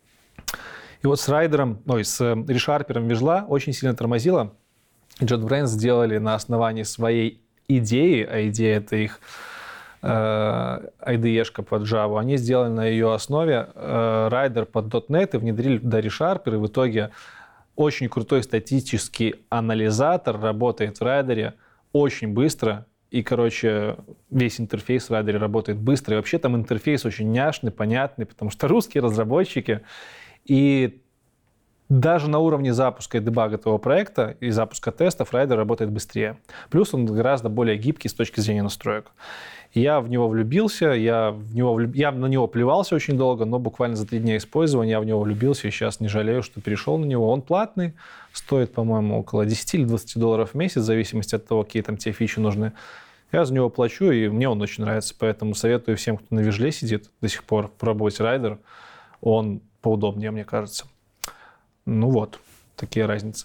И вот с ReSharper Visual очень сильно тормозило. JetBrains сделали на основании своей идеи, а идея — это их IDE-шка под Java, они сделали на ее основе Rider под .NET и внедрили туда ReSharper, и в итоге очень крутой статический анализатор работает в Rider очень быстро, и, короче, весь интерфейс в Rider работает быстро, и вообще там интерфейс очень няшный, понятный, потому что русские разработчики. И даже на уровне запуска и дебага этого проекта и запуска тестов райдер работает быстрее. Плюс он гораздо более гибкий с точки зрения настроек. Я в него влюбился, я на него плевался очень долго, но буквально за 3 дня использования я в него влюбился и сейчас не жалею, что перешел на него. Он платный, стоит, по-моему, около 10 или 20 долларов в месяц, в зависимости от того, какие там тебе фичи нужны. Я за него плачу, и мне он очень нравится, поэтому советую всем, кто на вижле сидит до сих пор, пробовать райдер. Он поудобнее, мне кажется. Ну вот, такие разницы.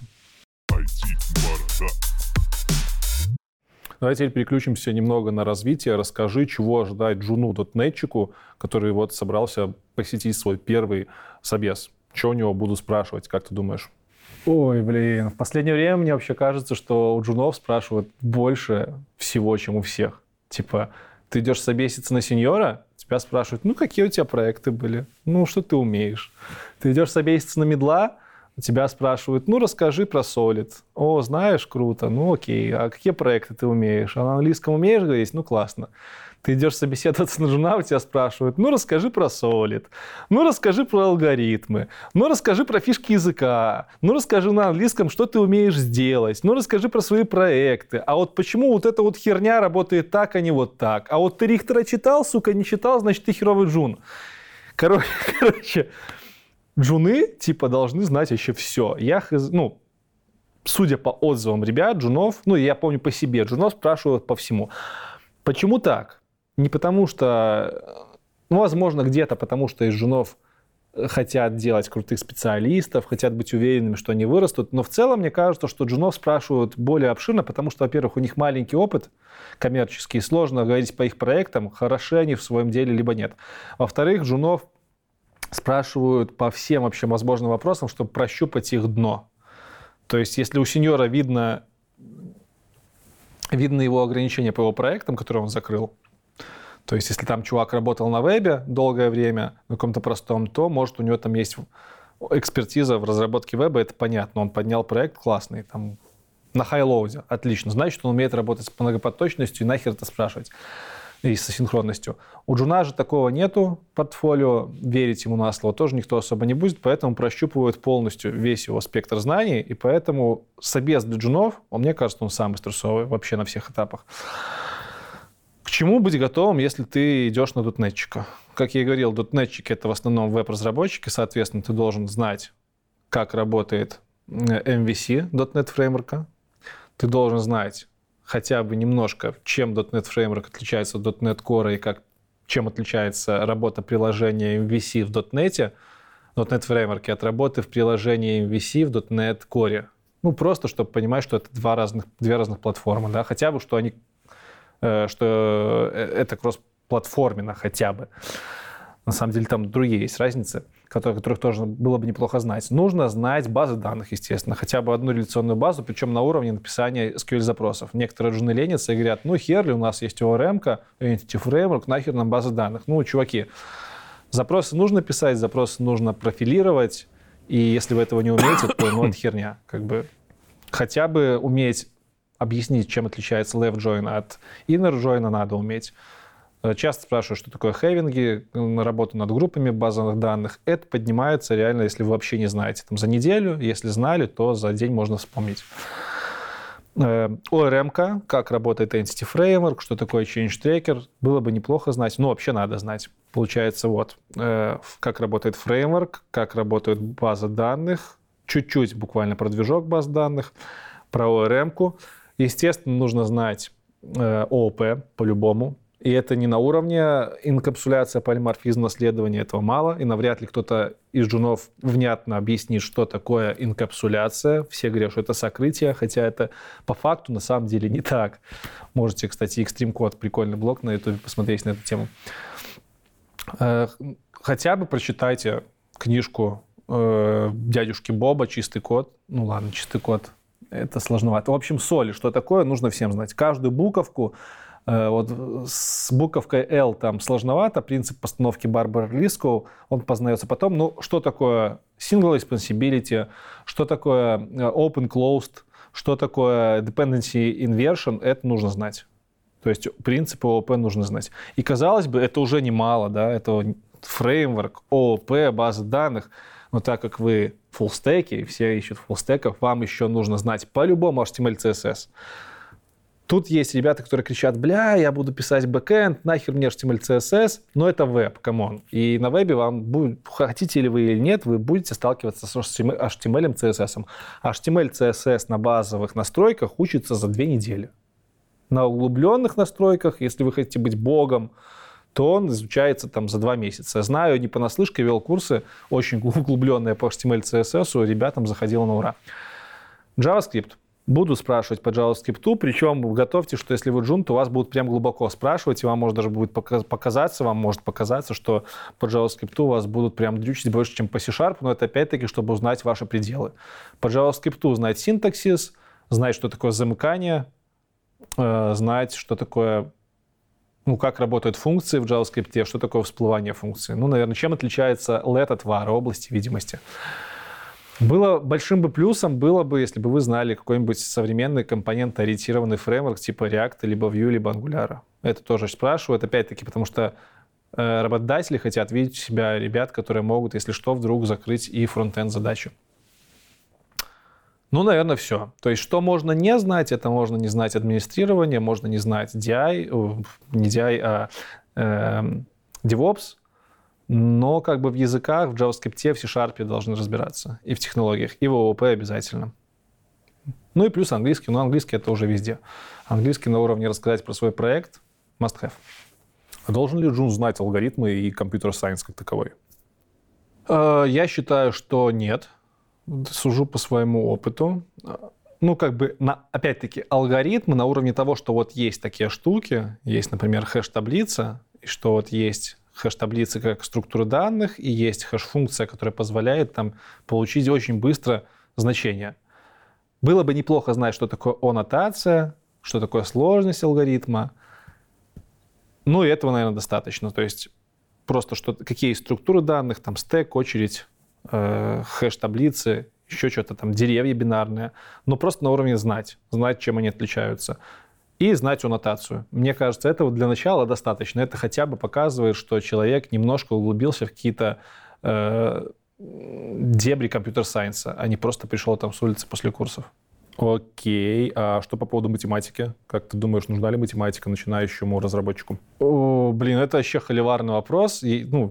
Давайте теперь переключимся немного на развитие. Расскажи, чего ожидать джуну-дотнетчику, который вот собрался посетить свой первый собес. Что у него буду спрашивать, как ты думаешь? Ой, блин, в последнее время мне вообще кажется, что у джунов спрашивают больше всего, чем у всех. Типа, ты идешь собеситься на сеньора, тебя спрашивают, ну, какие у тебя проекты были? Ну, что ты умеешь? Ты идешь собеситься на мидла, тебя спрашивают, ну, расскажи про Solid. О, знаешь, круто, ну, окей. А какие проекты ты умеешь? А на английском умеешь говорить? Ну, классно. Ты идешь собеседоваться на джуна, тебя спрашивают, ну, расскажи про Solid, ну, расскажи про алгоритмы, ну, расскажи про фишки языка, ну, расскажи на английском, что ты умеешь сделать, ну, расскажи про свои проекты. А вот почему вот эта вот херня работает так, а не вот так? А вот ты Рихтера читал, сука, не читал, значит, ты херовый джун. Короче, джуны, типа, должны знать вообще все. Судя по отзывам ребят, джунов, я помню по себе, джунов спрашивают по всему. Почему так? Не потому что, возможно, где-то потому что из джунов хотят делать крутых специалистов, хотят быть уверенными, что они вырастут, но в целом мне кажется, что джунов спрашивают более обширно, потому что, во-первых, у них маленький опыт коммерческий, сложно говорить по их проектам, хороши они в своем деле, либо нет. Во-вторых, джунов спрашивают по всем вообще возможным вопросам, чтобы прощупать их дно. То есть, если у сеньора видно его ограничения по его проектам, которые он закрыл, то есть, если там чувак работал на вебе долгое время, на каком-то простом, то, может, у него там есть экспертиза в разработке веба, это понятно. Он поднял проект классный, там, на хай-лоуде, отлично. Значит, он умеет работать с многопоточностью, и нахер это спрашивать. И со синхронностью. У джуна же такого нету портфолио, верить ему на слово тоже никто особо не будет, поэтому прощупывают полностью весь его спектр знаний, и поэтому собес для джунов, мне кажется, он самый стрессовый вообще на всех этапах. К чему быть готовым, если ты идешь на дотнетчика? Как я и говорил, дотнетчики — это в основном веб-разработчики, соответственно, ты должен знать, как работает MVC .NET фреймворка, ты должен знать хотя бы немножко, чем .NET Framework отличается от .NET Core и чем отличается работа приложения MVC в .NET Framework от работы в приложении MVC в .NET Core. Просто чтобы понимать, что это две разных платформы, да, хотя бы, что это кросс-платформенно хотя бы. На самом деле там другие есть разницы, которых тоже было бы неплохо знать. Нужно знать базы данных, естественно, хотя бы одну реляционную базу, причем на уровне написания SQL-запросов. Некоторые джуны ленятся и говорят, херли, у нас есть ORM-ка, Entity Framework, нахер нам базы данных. Чуваки, запросы нужно писать, запросы нужно профилировать, и если вы этого не умеете, то это херня. Хотя бы уметь объяснить, чем отличается left join от inner join, надо уметь. Часто спрашивают, что такое хэвинги, работа над группами базовых данных. Это поднимается реально, если вы вообще не знаете. За неделю, если знали, то за день можно вспомнить. ORM-ка, как работает Entity Framework, что такое Change Tracker, было бы неплохо знать, вообще надо знать. Получается, как работает фреймворк, как работает база данных, чуть-чуть буквально про движок баз данных, про ORM-ку. Естественно, нужно знать ООП по-любому. И это не на уровне инкапсуляция, полиморфизм, наследования, этого мало. И навряд ли кто-то из джунов внятно объяснит, что такое инкапсуляция. Все говорят, что это сокрытие, хотя это по факту на самом деле не так. Можете, кстати, Extreme Code, прикольный блог на YouTube, посмотреть на эту тему. Хотя бы прочитайте книжку дядюшки Боба «Чистый код». Ладно, чистый код. Это сложновато. В общем, соли, что такое, нужно всем знать. Каждую буковку. С буковкой L там сложновато, принцип постановки Барбара-Лискоу, он познается потом. Что такое single extensibility, что такое open-closed, что такое dependency inversion, это нужно знать. То есть принципы ООП нужно знать. И казалось бы, это уже немало, да, это фреймворк, ООП, базы данных. Но так как вы фуллстеки, и все ищут фуллстеков, вам еще нужно знать по-любому HTML, CSS. Тут есть ребята, которые кричат: бля, я буду писать бэкэнд, нахер мне HTML, CSS, но это веб, камон. И на вебе вам будет, хотите ли вы или нет, вы будете сталкиваться с HTML, CSS. HTML, CSS на базовых настройках учится за 2 недели. На углубленных настройках, если вы хотите быть богом, то он изучается там за 2 месяца. Знаю, не понаслышке, вел курсы очень углубленные по HTML, CSS, ребятам заходило на ура. JavaScript. Буду спрашивать по JavaScript, причем готовьте, что если вы джун, то вас будут прям глубоко спрашивать, и вам может даже будет показаться, что по JavaScript у вас будут прям дрючить больше, чем по C#, но это опять-таки, чтобы узнать ваши пределы. По JavaScript знать синтаксис, знать, что такое замыкание, знать, что такое, как работают функции в JavaScript, что такое всплывание функций. Наверное, чем отличается let от var, области видимости. Было большим бы плюсом, если бы вы знали какой-нибудь современный компонент-ориентированный фреймворк типа React, либо Vue, либо Angular. Это тоже спрашивают, опять-таки, потому что работодатели хотят видеть у себя ребят, которые могут, если что, вдруг закрыть и фронт-энд задачу. Наверное, все. То есть, что можно не знать, это можно не знать администрирование, можно не знать DI, не DI, а DevOps, но в языках, в JavaScript, в C# должны разбираться. И в технологиях, и в ООП обязательно. И плюс английский. Английский это уже везде. Английский на уровне рассказать про свой проект must have. А должен ли джун знать алгоритмы и компьютер-сайенс как таковой? Я считаю, что нет. Сужу по своему опыту. Опять-таки, алгоритмы на уровне того, что вот есть такие штуки, есть, например, хэш-таблица, и что вот есть хэш-таблицы как структура данных, и есть хэш-функция, которая позволяет получить очень быстро значение. Было бы неплохо знать, что такое аннотация, что такое сложность алгоритма. И этого, наверное, достаточно. То есть просто какие структуры данных, стэк, очередь, хэш-таблицы, еще что-то деревья бинарные. Просто на уровне знать, чем они отличаются. И знать аннотацию. Мне кажется, этого для начала достаточно. Это хотя бы показывает, что человек немножко углубился в какие-то дебри компьютер-сайенса, а не просто пришел с улицы после курсов. Окей. А что по поводу математики? Как ты думаешь, нужна ли математика начинающему разработчику? Это вообще холиварный вопрос.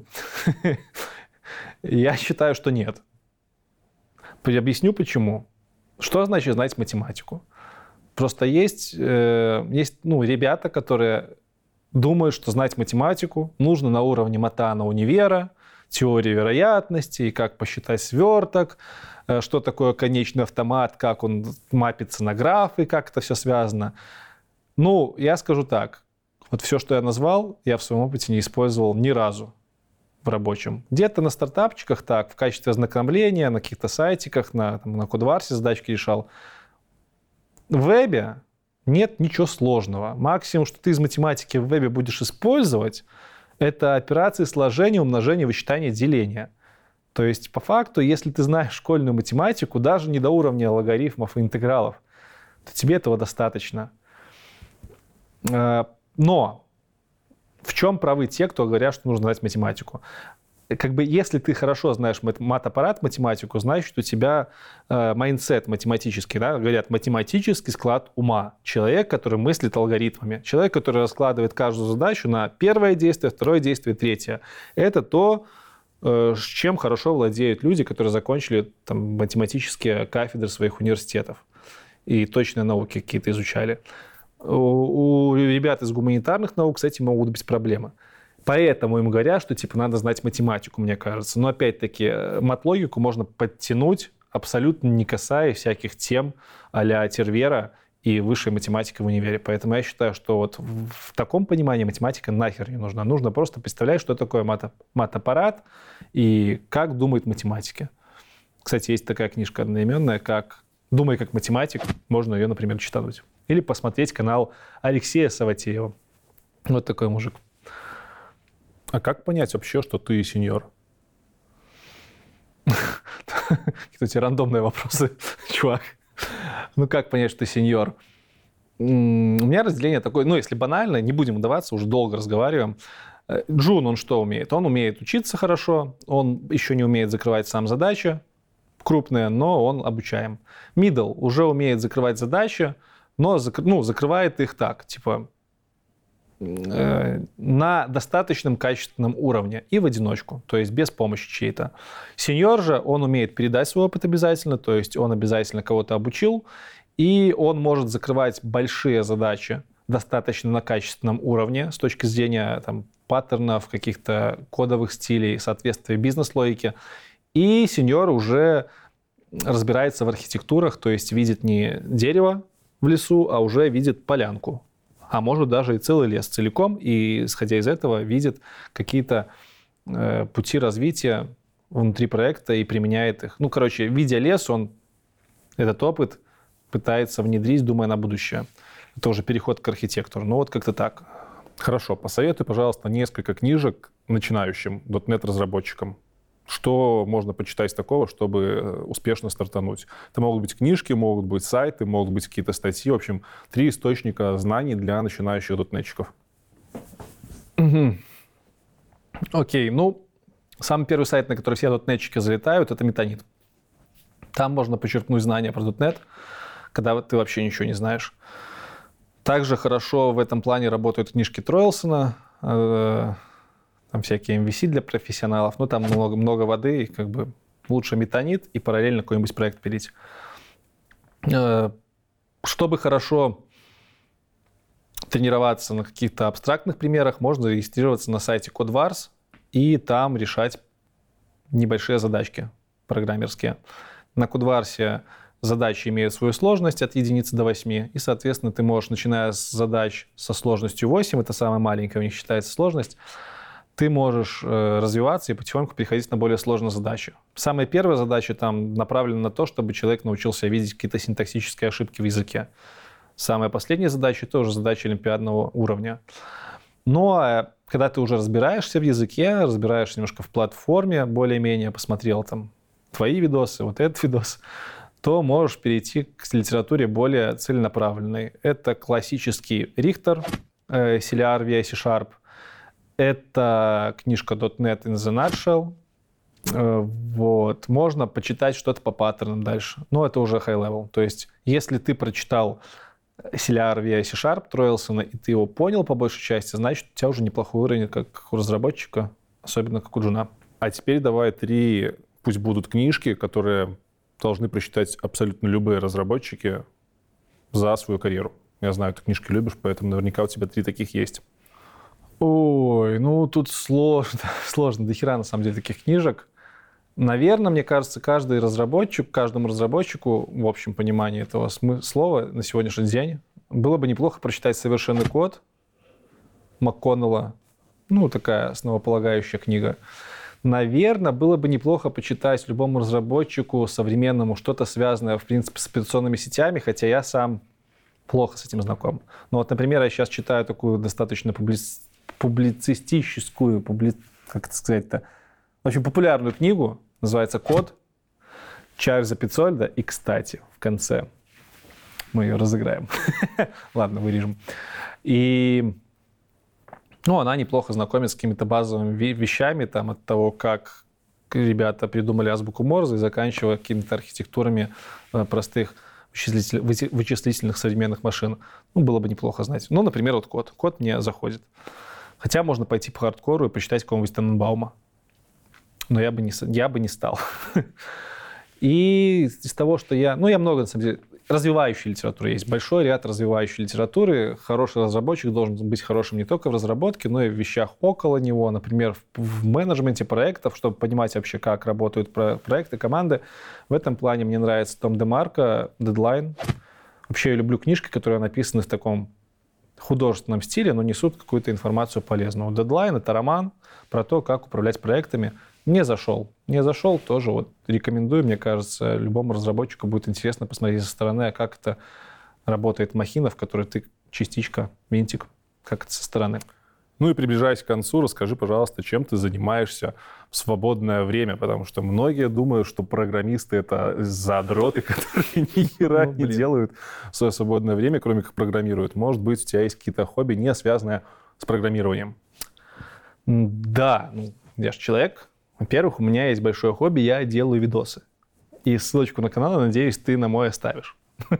Я считаю, что нет. Объясню почему. Что значит знать математику? Просто есть ребята, которые думают, что знать математику нужно на уровне Матана универа, теории вероятностей, как посчитать сверток, что такое конечный автомат, как он мапится на графы, как это все связано. Я скажу так. Вот все, что я назвал, я в своем опыте не использовал ни разу в рабочем. Где-то на стартапчиках в качестве ознакомления, на каких-то сайтиках, на Кодварсе задачки решал. В вебе нет ничего сложного. Максимум, что ты из математики в вебе будешь использовать, это операции сложения, умножения, вычитания, деления. То есть, по факту, если ты знаешь школьную математику, даже не до уровня логарифмов и интегралов, то тебе этого достаточно. Но в чем правы те, кто говорят, что нужно знать математику? Если ты хорошо знаешь мат-аппарат, математику, значит, у тебя майндсет математический, говорят, математический склад ума. Человек, который мыслит алгоритмами. Человек, который раскладывает каждую задачу на первое действие, второе действие, третье. Это то, чем хорошо владеют люди, которые закончили математические кафедры своих университетов и точные науки какие-то изучали. У ребят из гуманитарных наук с этим могут быть проблемы. Поэтому им говорят, что надо знать математику, мне кажется. Но опять-таки мат-логику можно подтянуть, абсолютно не касаясь всяких тем а-ля Тервера и высшей математики в универе. Поэтому я считаю, что вот в таком понимании математика нахер не нужна. Нужно просто представлять, что такое мат-аппарат и как думают математики. Кстати, есть такая книжка одноименная, как «Думай как математик». Можно ее, например, читать. Или посмотреть канал Алексея Саватеева. Вот такой мужик. А как понять вообще, что ты сеньор? Какие-то у тебя рандомные вопросы, чувак. Как понять, что ты сеньор? У меня разделение такое, если банально, не будем удаваться, уже долго разговариваем. Джун, он что умеет? Он умеет учиться хорошо, он еще не умеет закрывать сам задачи крупные, но он обучаем. Middle уже умеет закрывать задачи, но закрывает их так, типа на достаточном качественном уровне и в одиночку, то есть без помощи чьей-то. Сеньор же, он умеет передать свой опыт обязательно, то есть он обязательно кого-то обучил, и он может закрывать большие задачи достаточно на качественном уровне с точки зрения там, паттернов, каких-то кодовых стилей, соответствия бизнес-логике. И сеньор уже разбирается в архитектурах, то есть видит не дерево в лесу, а уже видит полянку. А может даже и целый лес целиком, и, исходя из этого, видит какие-то пути развития внутри проекта и применяет их. Видя лес, он этот опыт пытается внедрить, думая на будущее. Это уже переход к архитектору. Вот как-то так. Хорошо, посоветуй, пожалуйста, несколько книжек начинающим .NET-разработчикам. Что можно почитать из такого, чтобы успешно стартануть? Это могут быть книжки, могут быть сайты, могут быть какие-то статьи. В общем, 3 источника знаний для начинающих .NET-чиков. Окей, самый первый сайт, на который все .NET-чики залетают, это Метанит. Там можно почерпнуть знания про .NET, когда ты вообще ничего не знаешь. Также хорошо в этом плане работают книжки Троилсона, там всякие MVC для профессионалов, там много воды, и лучше Метанит и параллельно какой-нибудь проект пилить. Чтобы хорошо тренироваться на каких-то абстрактных примерах, можно регистрироваться на сайте Codewars и там решать небольшие задачки программерские. На Codewars задачи имеют свою сложность от 1 до 8, и, соответственно, ты можешь, начиная с задач со сложностью 8, это самая маленькая у них считается сложность, ты можешь развиваться и потихоньку переходить на более сложные задачи. Самая первая задача там направлена на то, чтобы человек научился видеть какие-то синтаксические ошибки в языке. Самая последняя задача тоже задача олимпиадного уровня. Но когда ты уже разбираешься в языке, разбираешься немножко в платформе, более-менее посмотрел там твои видосы, вот этот видос, то можешь перейти к литературе более целенаправленной. Это классический Рихтер, CLR via C#. Это книжка .NET in the Nutshell. Можно почитать что-то по паттернам дальше. Но это уже high level. То есть, если ты прочитал CLR via C# Троилсона, и ты его понял по большей части, значит, у тебя уже неплохой уровень как у разработчика, особенно как у джуна. А теперь давай 3, пусть будут книжки, которые должны прочитать абсолютно любые разработчики за свою карьеру. Я знаю, ты книжки любишь, поэтому наверняка у тебя 3 таких есть. Ой, тут сложно, дохера на самом деле таких книжек. Наверное, мне кажется, каждому разработчику, в общем понимании этого слова на сегодняшний день, было бы неплохо прочитать «Совершенный код» МакКоннелла. Такая основополагающая книга. Наверное, было бы неплохо почитать любому разработчику современному что-то связанное, в принципе, с операционными сетями, хотя я сам плохо с этим знаком. Но например, я сейчас читаю такую достаточно публицистическую, как это сказать-то, очень популярную книгу, называется «Код», Чарльза Пиццольда, и, кстати, в конце мы ее разыграем. Ладно, вырежем. И она неплохо знакомит с какими-то базовыми вещами, там, от того, как ребята придумали азбуку Морзе, и заканчивая какими-то архитектурами простых вычислительных современных машин. Было бы неплохо знать. Например, код. Код мне заходит. Хотя можно пойти по хардкору и почитать какого-нибудь Тененбаума. Но я бы не стал. И из того, что я много, на самом деле, развивающей литературы есть. Большой ряд развивающей литературы. Хороший разработчик должен быть хорошим не только в разработке, но и в вещах около него. Например, в менеджменте проектов, чтобы понимать вообще, как работают проекты, команды. В этом плане мне нравится Том Демарко «Дедлайн». Вообще я люблю книжки, которые написаны в таком художественном стиле, но несут какую-то информацию полезную. «Дедлайн» — это роман про то, как управлять проектами. Мне зашел тоже. Рекомендую, мне кажется, любому разработчику будет интересно посмотреть со стороны, как это работает махина, в которой ты частичка, винтик, как это со стороны. И приближаясь к концу, расскажи, пожалуйста, чем ты занимаешься в свободное время, потому что многие думают, что программисты — это задроты, которые ни хера не делают в свое свободное время, кроме как программируют. Может быть, у тебя есть какие-то хобби, не связанные с программированием? Да, я же человек. Во-первых, у меня есть большое хобби, я делаю видосы. И ссылочку на канал, надеюсь, ты на мой оставишь.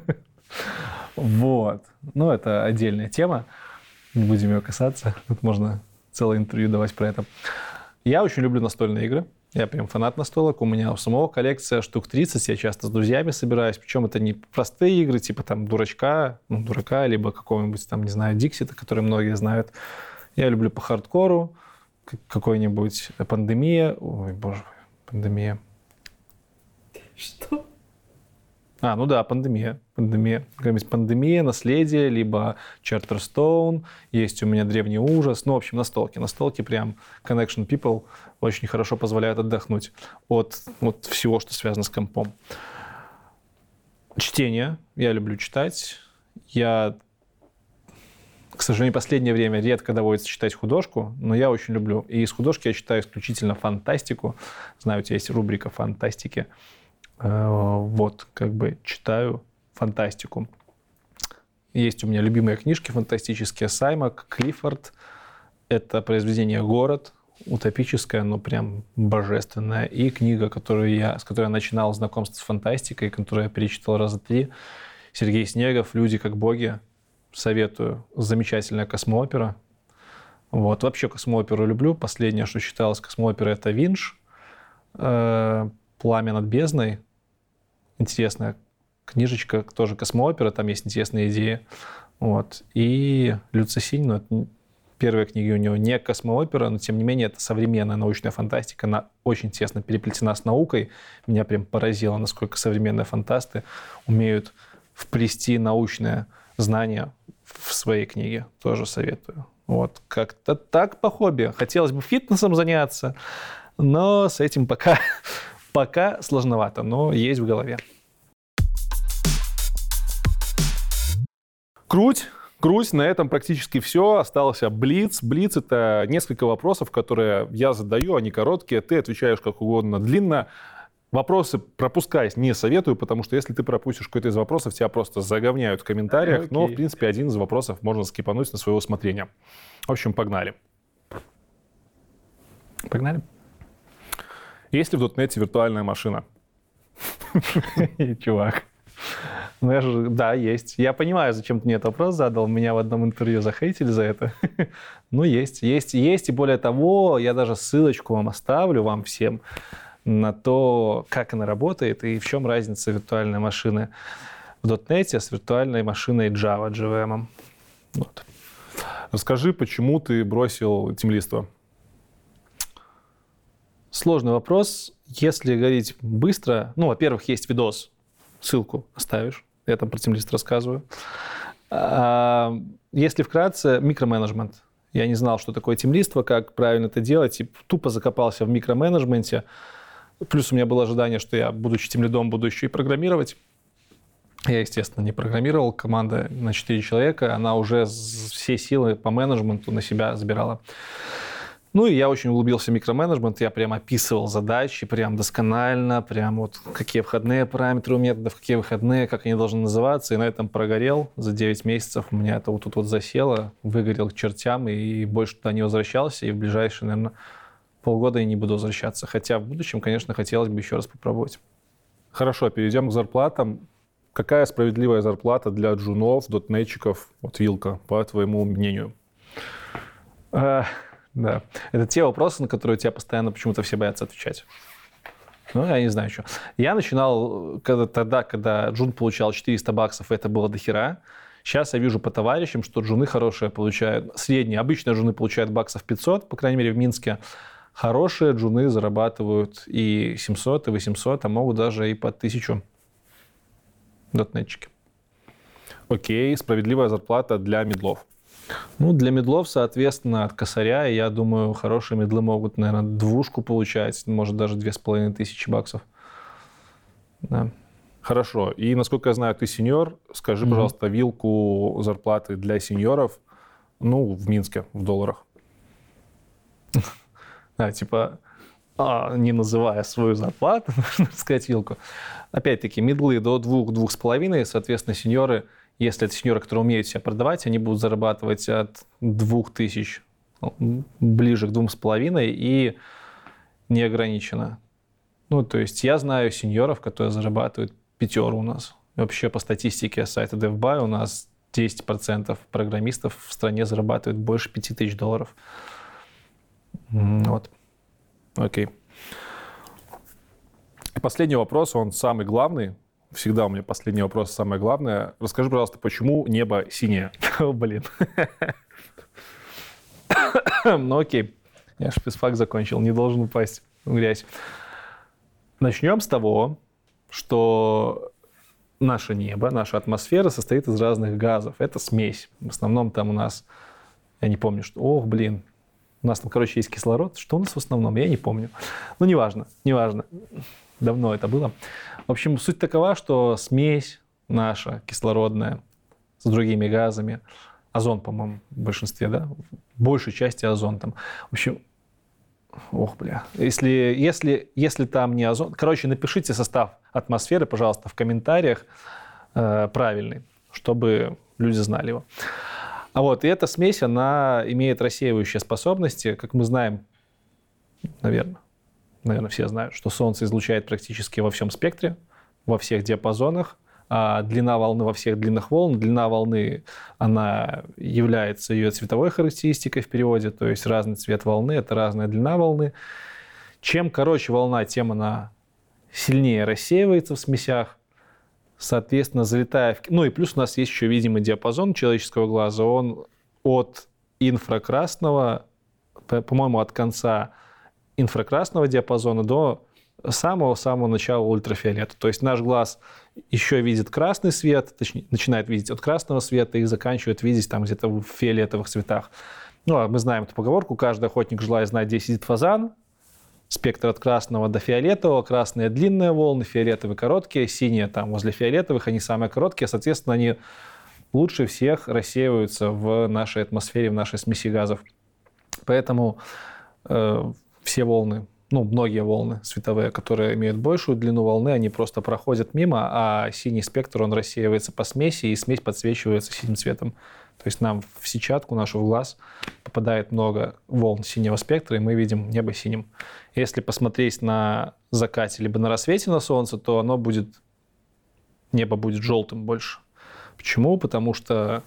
Вот. Это отдельная тема. Не будем ее касаться. Тут можно целое интервью давать про это. Я очень люблю настольные игры. Я прям фанат настолок. У меня у самого коллекция штук 30. Я часто с друзьями собираюсь. Причем это не простые игры, типа там дурака, либо какого-нибудь там, не знаю, Диксита, который многие знают. Я люблю по хардкору. Какой-нибудь Пандемия. Ой, боже мой, Пандемия. Что? Пандемия. Какая-нибудь Пандемия, Наследие, либо Charterstone. Есть у меня Древний ужас. В общем, настолки. Настолки прям Connection People очень хорошо позволяют отдохнуть от всего, что связано с компом. Чтение. Я люблю читать. Я, к сожалению, в последнее время редко доводится читать художку, но я очень люблю. И из художки я читаю исключительно фантастику. Знаю, у тебя есть рубрика фантастики. Читаю фантастику. Есть у меня любимые книжки фантастические. Саймак, Клиффорд. Это произведение «Город». Утопическое, но прям божественное. И книга, с которой я начинал знакомство с фантастикой, которую я перечитал раза 3. Сергей Снегов «Люди как боги». Советую. Замечательная космоопера. Вообще космооперу люблю. Последнее, что читал из космооперы, это «Винч». «Пламя над бездной». Интересная книжечка, тоже космоопера, там есть интересные идеи. И Люцисинь, первые книги у него не космоопера, но тем не менее это современная научная фантастика, она очень тесно переплетена с наукой. Меня прям поразило, насколько современные фантасты умеют вплести научное знание в свои книги. Тоже советую. Как-то так по хобби. Хотелось бы фитнесом заняться, но с этим пока сложновато, но есть в голове. Круть, на этом практически все. Остался блиц. Блиц — это несколько вопросов, которые я задаю, они короткие, ты отвечаешь как угодно длинно. Вопросы пропускать не советую, потому что если ты пропустишь какой-то из вопросов, тебя просто заговняют в комментариях. Но, в принципе, один из вопросов можно скипануть на свое усмотрение. В общем, погнали. Погнали. Есть ли в .NET виртуальная машина? Чувак. Да, есть. Я понимаю, зачем ты мне этот вопрос задал. Меня в одном интервью захейтили за это. Есть. И более того, я даже ссылочку вам оставлю, вам всем, на то, как она работает и в чем разница виртуальной машины в .NET с виртуальной машиной Java, JVM. Расскажи, почему ты бросил тимлидство? Сложный вопрос. Если говорить быстро, во-первых, есть видос, ссылку оставишь, я там про тимлист рассказываю. Если вкратце, микроменеджмент. Я не знал, что такое тимлидство, как правильно это делать, и тупо закопался в микроменеджменте. Плюс у меня было ожидание, что я, будучи тимлидом, буду еще и программировать. Я, естественно, не программировал. Команда на 4 человека, она уже все силы по менеджменту на себя забирала. И я очень углубился в микроменеджмент, я прям описывал задачи, прям досконально, прям какие входные параметры у методов, какие выходные, как они должны называться, и на этом прогорел. За 9 месяцев у меня это тут засело, выгорел к чертям, и больше туда не возвращался, и в ближайшие, наверное, полгода я не буду возвращаться. Хотя в будущем, конечно, хотелось бы еще раз попробовать. Хорошо, перейдем к зарплатам. Какая справедливая зарплата для джунов, дотнетчиков, вилка, по твоему мнению? Да, это те вопросы, на которые тебя постоянно почему-то все боятся отвечать. Я не знаю, что. Я начинал когда джун получал $400, и это было дохера. Сейчас я вижу по товарищам, что джуны хорошие получают, средние, обычные джуны получают баксов 500, по крайней мере в Минске. Хорошие джуны зарабатывают и 700, и 800, а могут даже и по 1000 дотнетчики. Окей, справедливая зарплата для мидлов. Для мидлов, соответственно, от косаря, я думаю, хорошие мидлы могут, наверное, 2 получать, может, даже $2500. Да. Хорошо. И, насколько я знаю, ты сеньор. Скажи, пожалуйста, вилку зарплаты для сеньоров, в Минске, в долларах. Не называя свою зарплату, можно сказать вилку. Опять-таки, мидлы до 2-2,5, соответственно, сеньоры, если это сеньоры, которые умеют себя продавать, они будут зарабатывать от $2000 ближе к 2,5 и неограниченно. Ну, то есть я знаю сеньоров, которые зарабатывают 5 у нас. Вообще по статистике сайта DevBuy у нас 10% программистов в стране зарабатывают больше $5000. Вот. Окей. И последний вопрос, он самый главный. Всегда у меня последний вопрос самое главное. Расскажи, пожалуйста, почему небо синее? О, блин. Ну окей. Я ж физфак закончил, не должен упасть в грязь. Начнем с того, что наше небо, наша атмосфера состоит из разных газов. Это смесь. В основном там у нас, я не помню, что... Ох, блин. У нас там, короче, есть кислород. Что у нас в основном? Я не помню. Ну, неважно. Давно это было. В общем, суть такова, что смесь наша кислородная с другими газами, озон, по-моему, в большинстве, да? В большей части озон там. В общем, ох, бля. Если там не озон... Короче, напишите состав атмосферы, пожалуйста, в комментариях правильный, чтобы люди знали его. А вот, и эта смесь, она имеет рассеивающие способности. Как мы знаем, наверное, все знают, что Солнце излучает практически во всем спектре, во всех диапазонах. А длина волны во всех длинах волн. Длина волны, она является ее цветовой характеристикой в переводе, то есть разный цвет волны, это разная длина волны. Чем короче волна, тем она сильнее рассеивается в смесях, соответственно, залетая в... Ну и плюс у нас есть еще видимый диапазон человеческого глаза, он от инфракрасного, по-моему, от конца инфракрасного диапазона до самого-самого начала ультрафиолета. То есть наш глаз еще видит красный свет, точнее, начинает видеть от красного света и заканчивает видеть там где-то в фиолетовых цветах. Ну, а мы знаем эту поговорку, каждый охотник желает знать, где сидит фазан. Спектр от красного до фиолетового. Красные длинные волны, фиолетовые короткие, синие там возле фиолетовых, они самые короткие, соответственно, они лучше всех рассеиваются в нашей атмосфере, в нашей смеси газов. Поэтому все волны, ну, многие волны световые, которые имеют большую длину волны, они просто проходят мимо, а синий спектр, он рассеивается по смеси, и смесь подсвечивается синим цветом. То есть нам в сетчатку нашу, в глаз, попадает много волн синего спектра, и мы видим небо синим. Если посмотреть на закате либо на рассвете на Солнце, то небо будет желтым больше. Почему? Потому что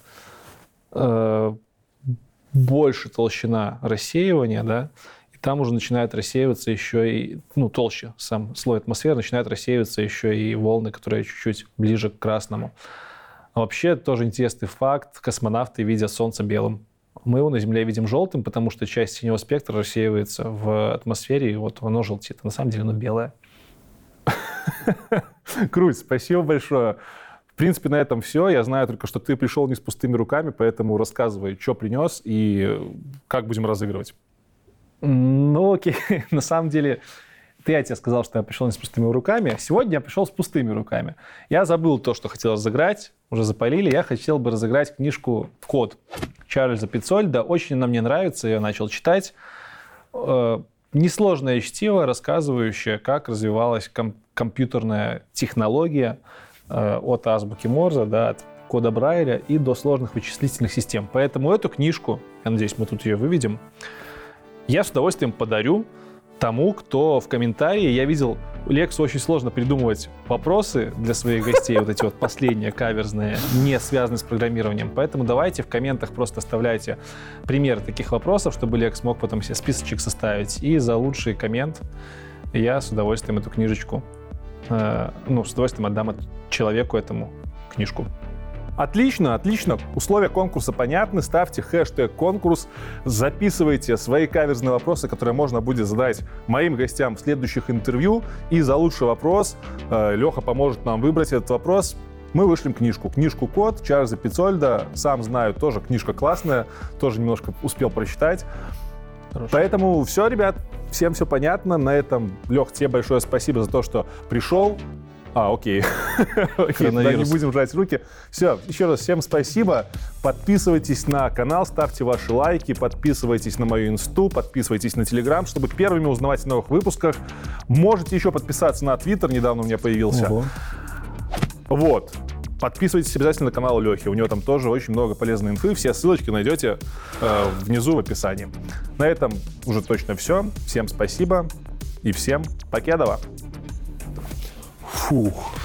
больше толщина рассеивания, да, и там уже начинает рассеиваться еще и, ну, толще сам слой атмосферы, начинает рассеиваться еще и волны, которые чуть-чуть ближе к красному. А вообще тоже интересный факт, космонавты видят Солнце белым. Мы его на Земле видим желтым, потому что часть синего спектра рассеивается в атмосфере, и вот оно желтеет. На самом деле оно белое. Круть, спасибо большое. В принципе, на этом все. Я знаю только, что ты пришел не с пустыми руками, поэтому рассказывай, что принес и как будем разыгрывать. Ну, окей. На самом деле, я тебе сказал, что я пришел не с пустыми руками. Сегодня я пришел с пустыми руками. Я забыл то, что хотел разыграть. Уже запалили. Я хотел бы разыграть книжку «Код» Чарльза Петцольда. Очень она мне нравится. Я начал читать. Несложное чтиво, рассказывающее, как развивалась компьютерная технология от азбуки Морзе, да, от кода Брайля и до сложных вычислительных систем. Поэтому эту книжку, я надеюсь, мы тут ее выведем, я с удовольствием подарю тому, кто в комментарии... Я видел, Лексу очень сложно придумывать вопросы для своих гостей, вот эти вот последние каверзные, не связанные с программированием. Поэтому давайте в комментах просто оставляйте примеры таких вопросов, чтобы Лекс мог потом себе списочек составить. И за лучший коммент я с удовольствием эту книжечку, с удовольствием отдам человеку этому книжку. Отлично. Условия конкурса понятны. Ставьте хэштег «конкурс», записывайте свои каверзные вопросы, которые можно будет задать моим гостям в следующих интервью. И за лучший вопрос Леха поможет нам выбрать этот вопрос. Мы вышлем книжку. Книжку «Код» Чарльза Петцольда. Сам знаю, тоже книжка классная. Тоже немножко успел прочитать. Хорошо. Поэтому все, ребят, всем все понятно. На этом, Лех, тебе большое спасибо за то, что пришел. Окей. Да, не будем жать руки. Все, еще раз всем спасибо. Подписывайтесь на канал, ставьте ваши лайки, подписывайтесь на мою инсту, подписывайтесь на Телеграм, чтобы первыми узнавать о новых выпусках. Можете еще подписаться на Твиттер, недавно у меня появился. Ого. Вот. Подписывайтесь обязательно на канал Лехи, у него там тоже очень много полезной инфы, все ссылочки найдете внизу в описании. На этом уже точно все. Всем спасибо и всем покедова. Фух.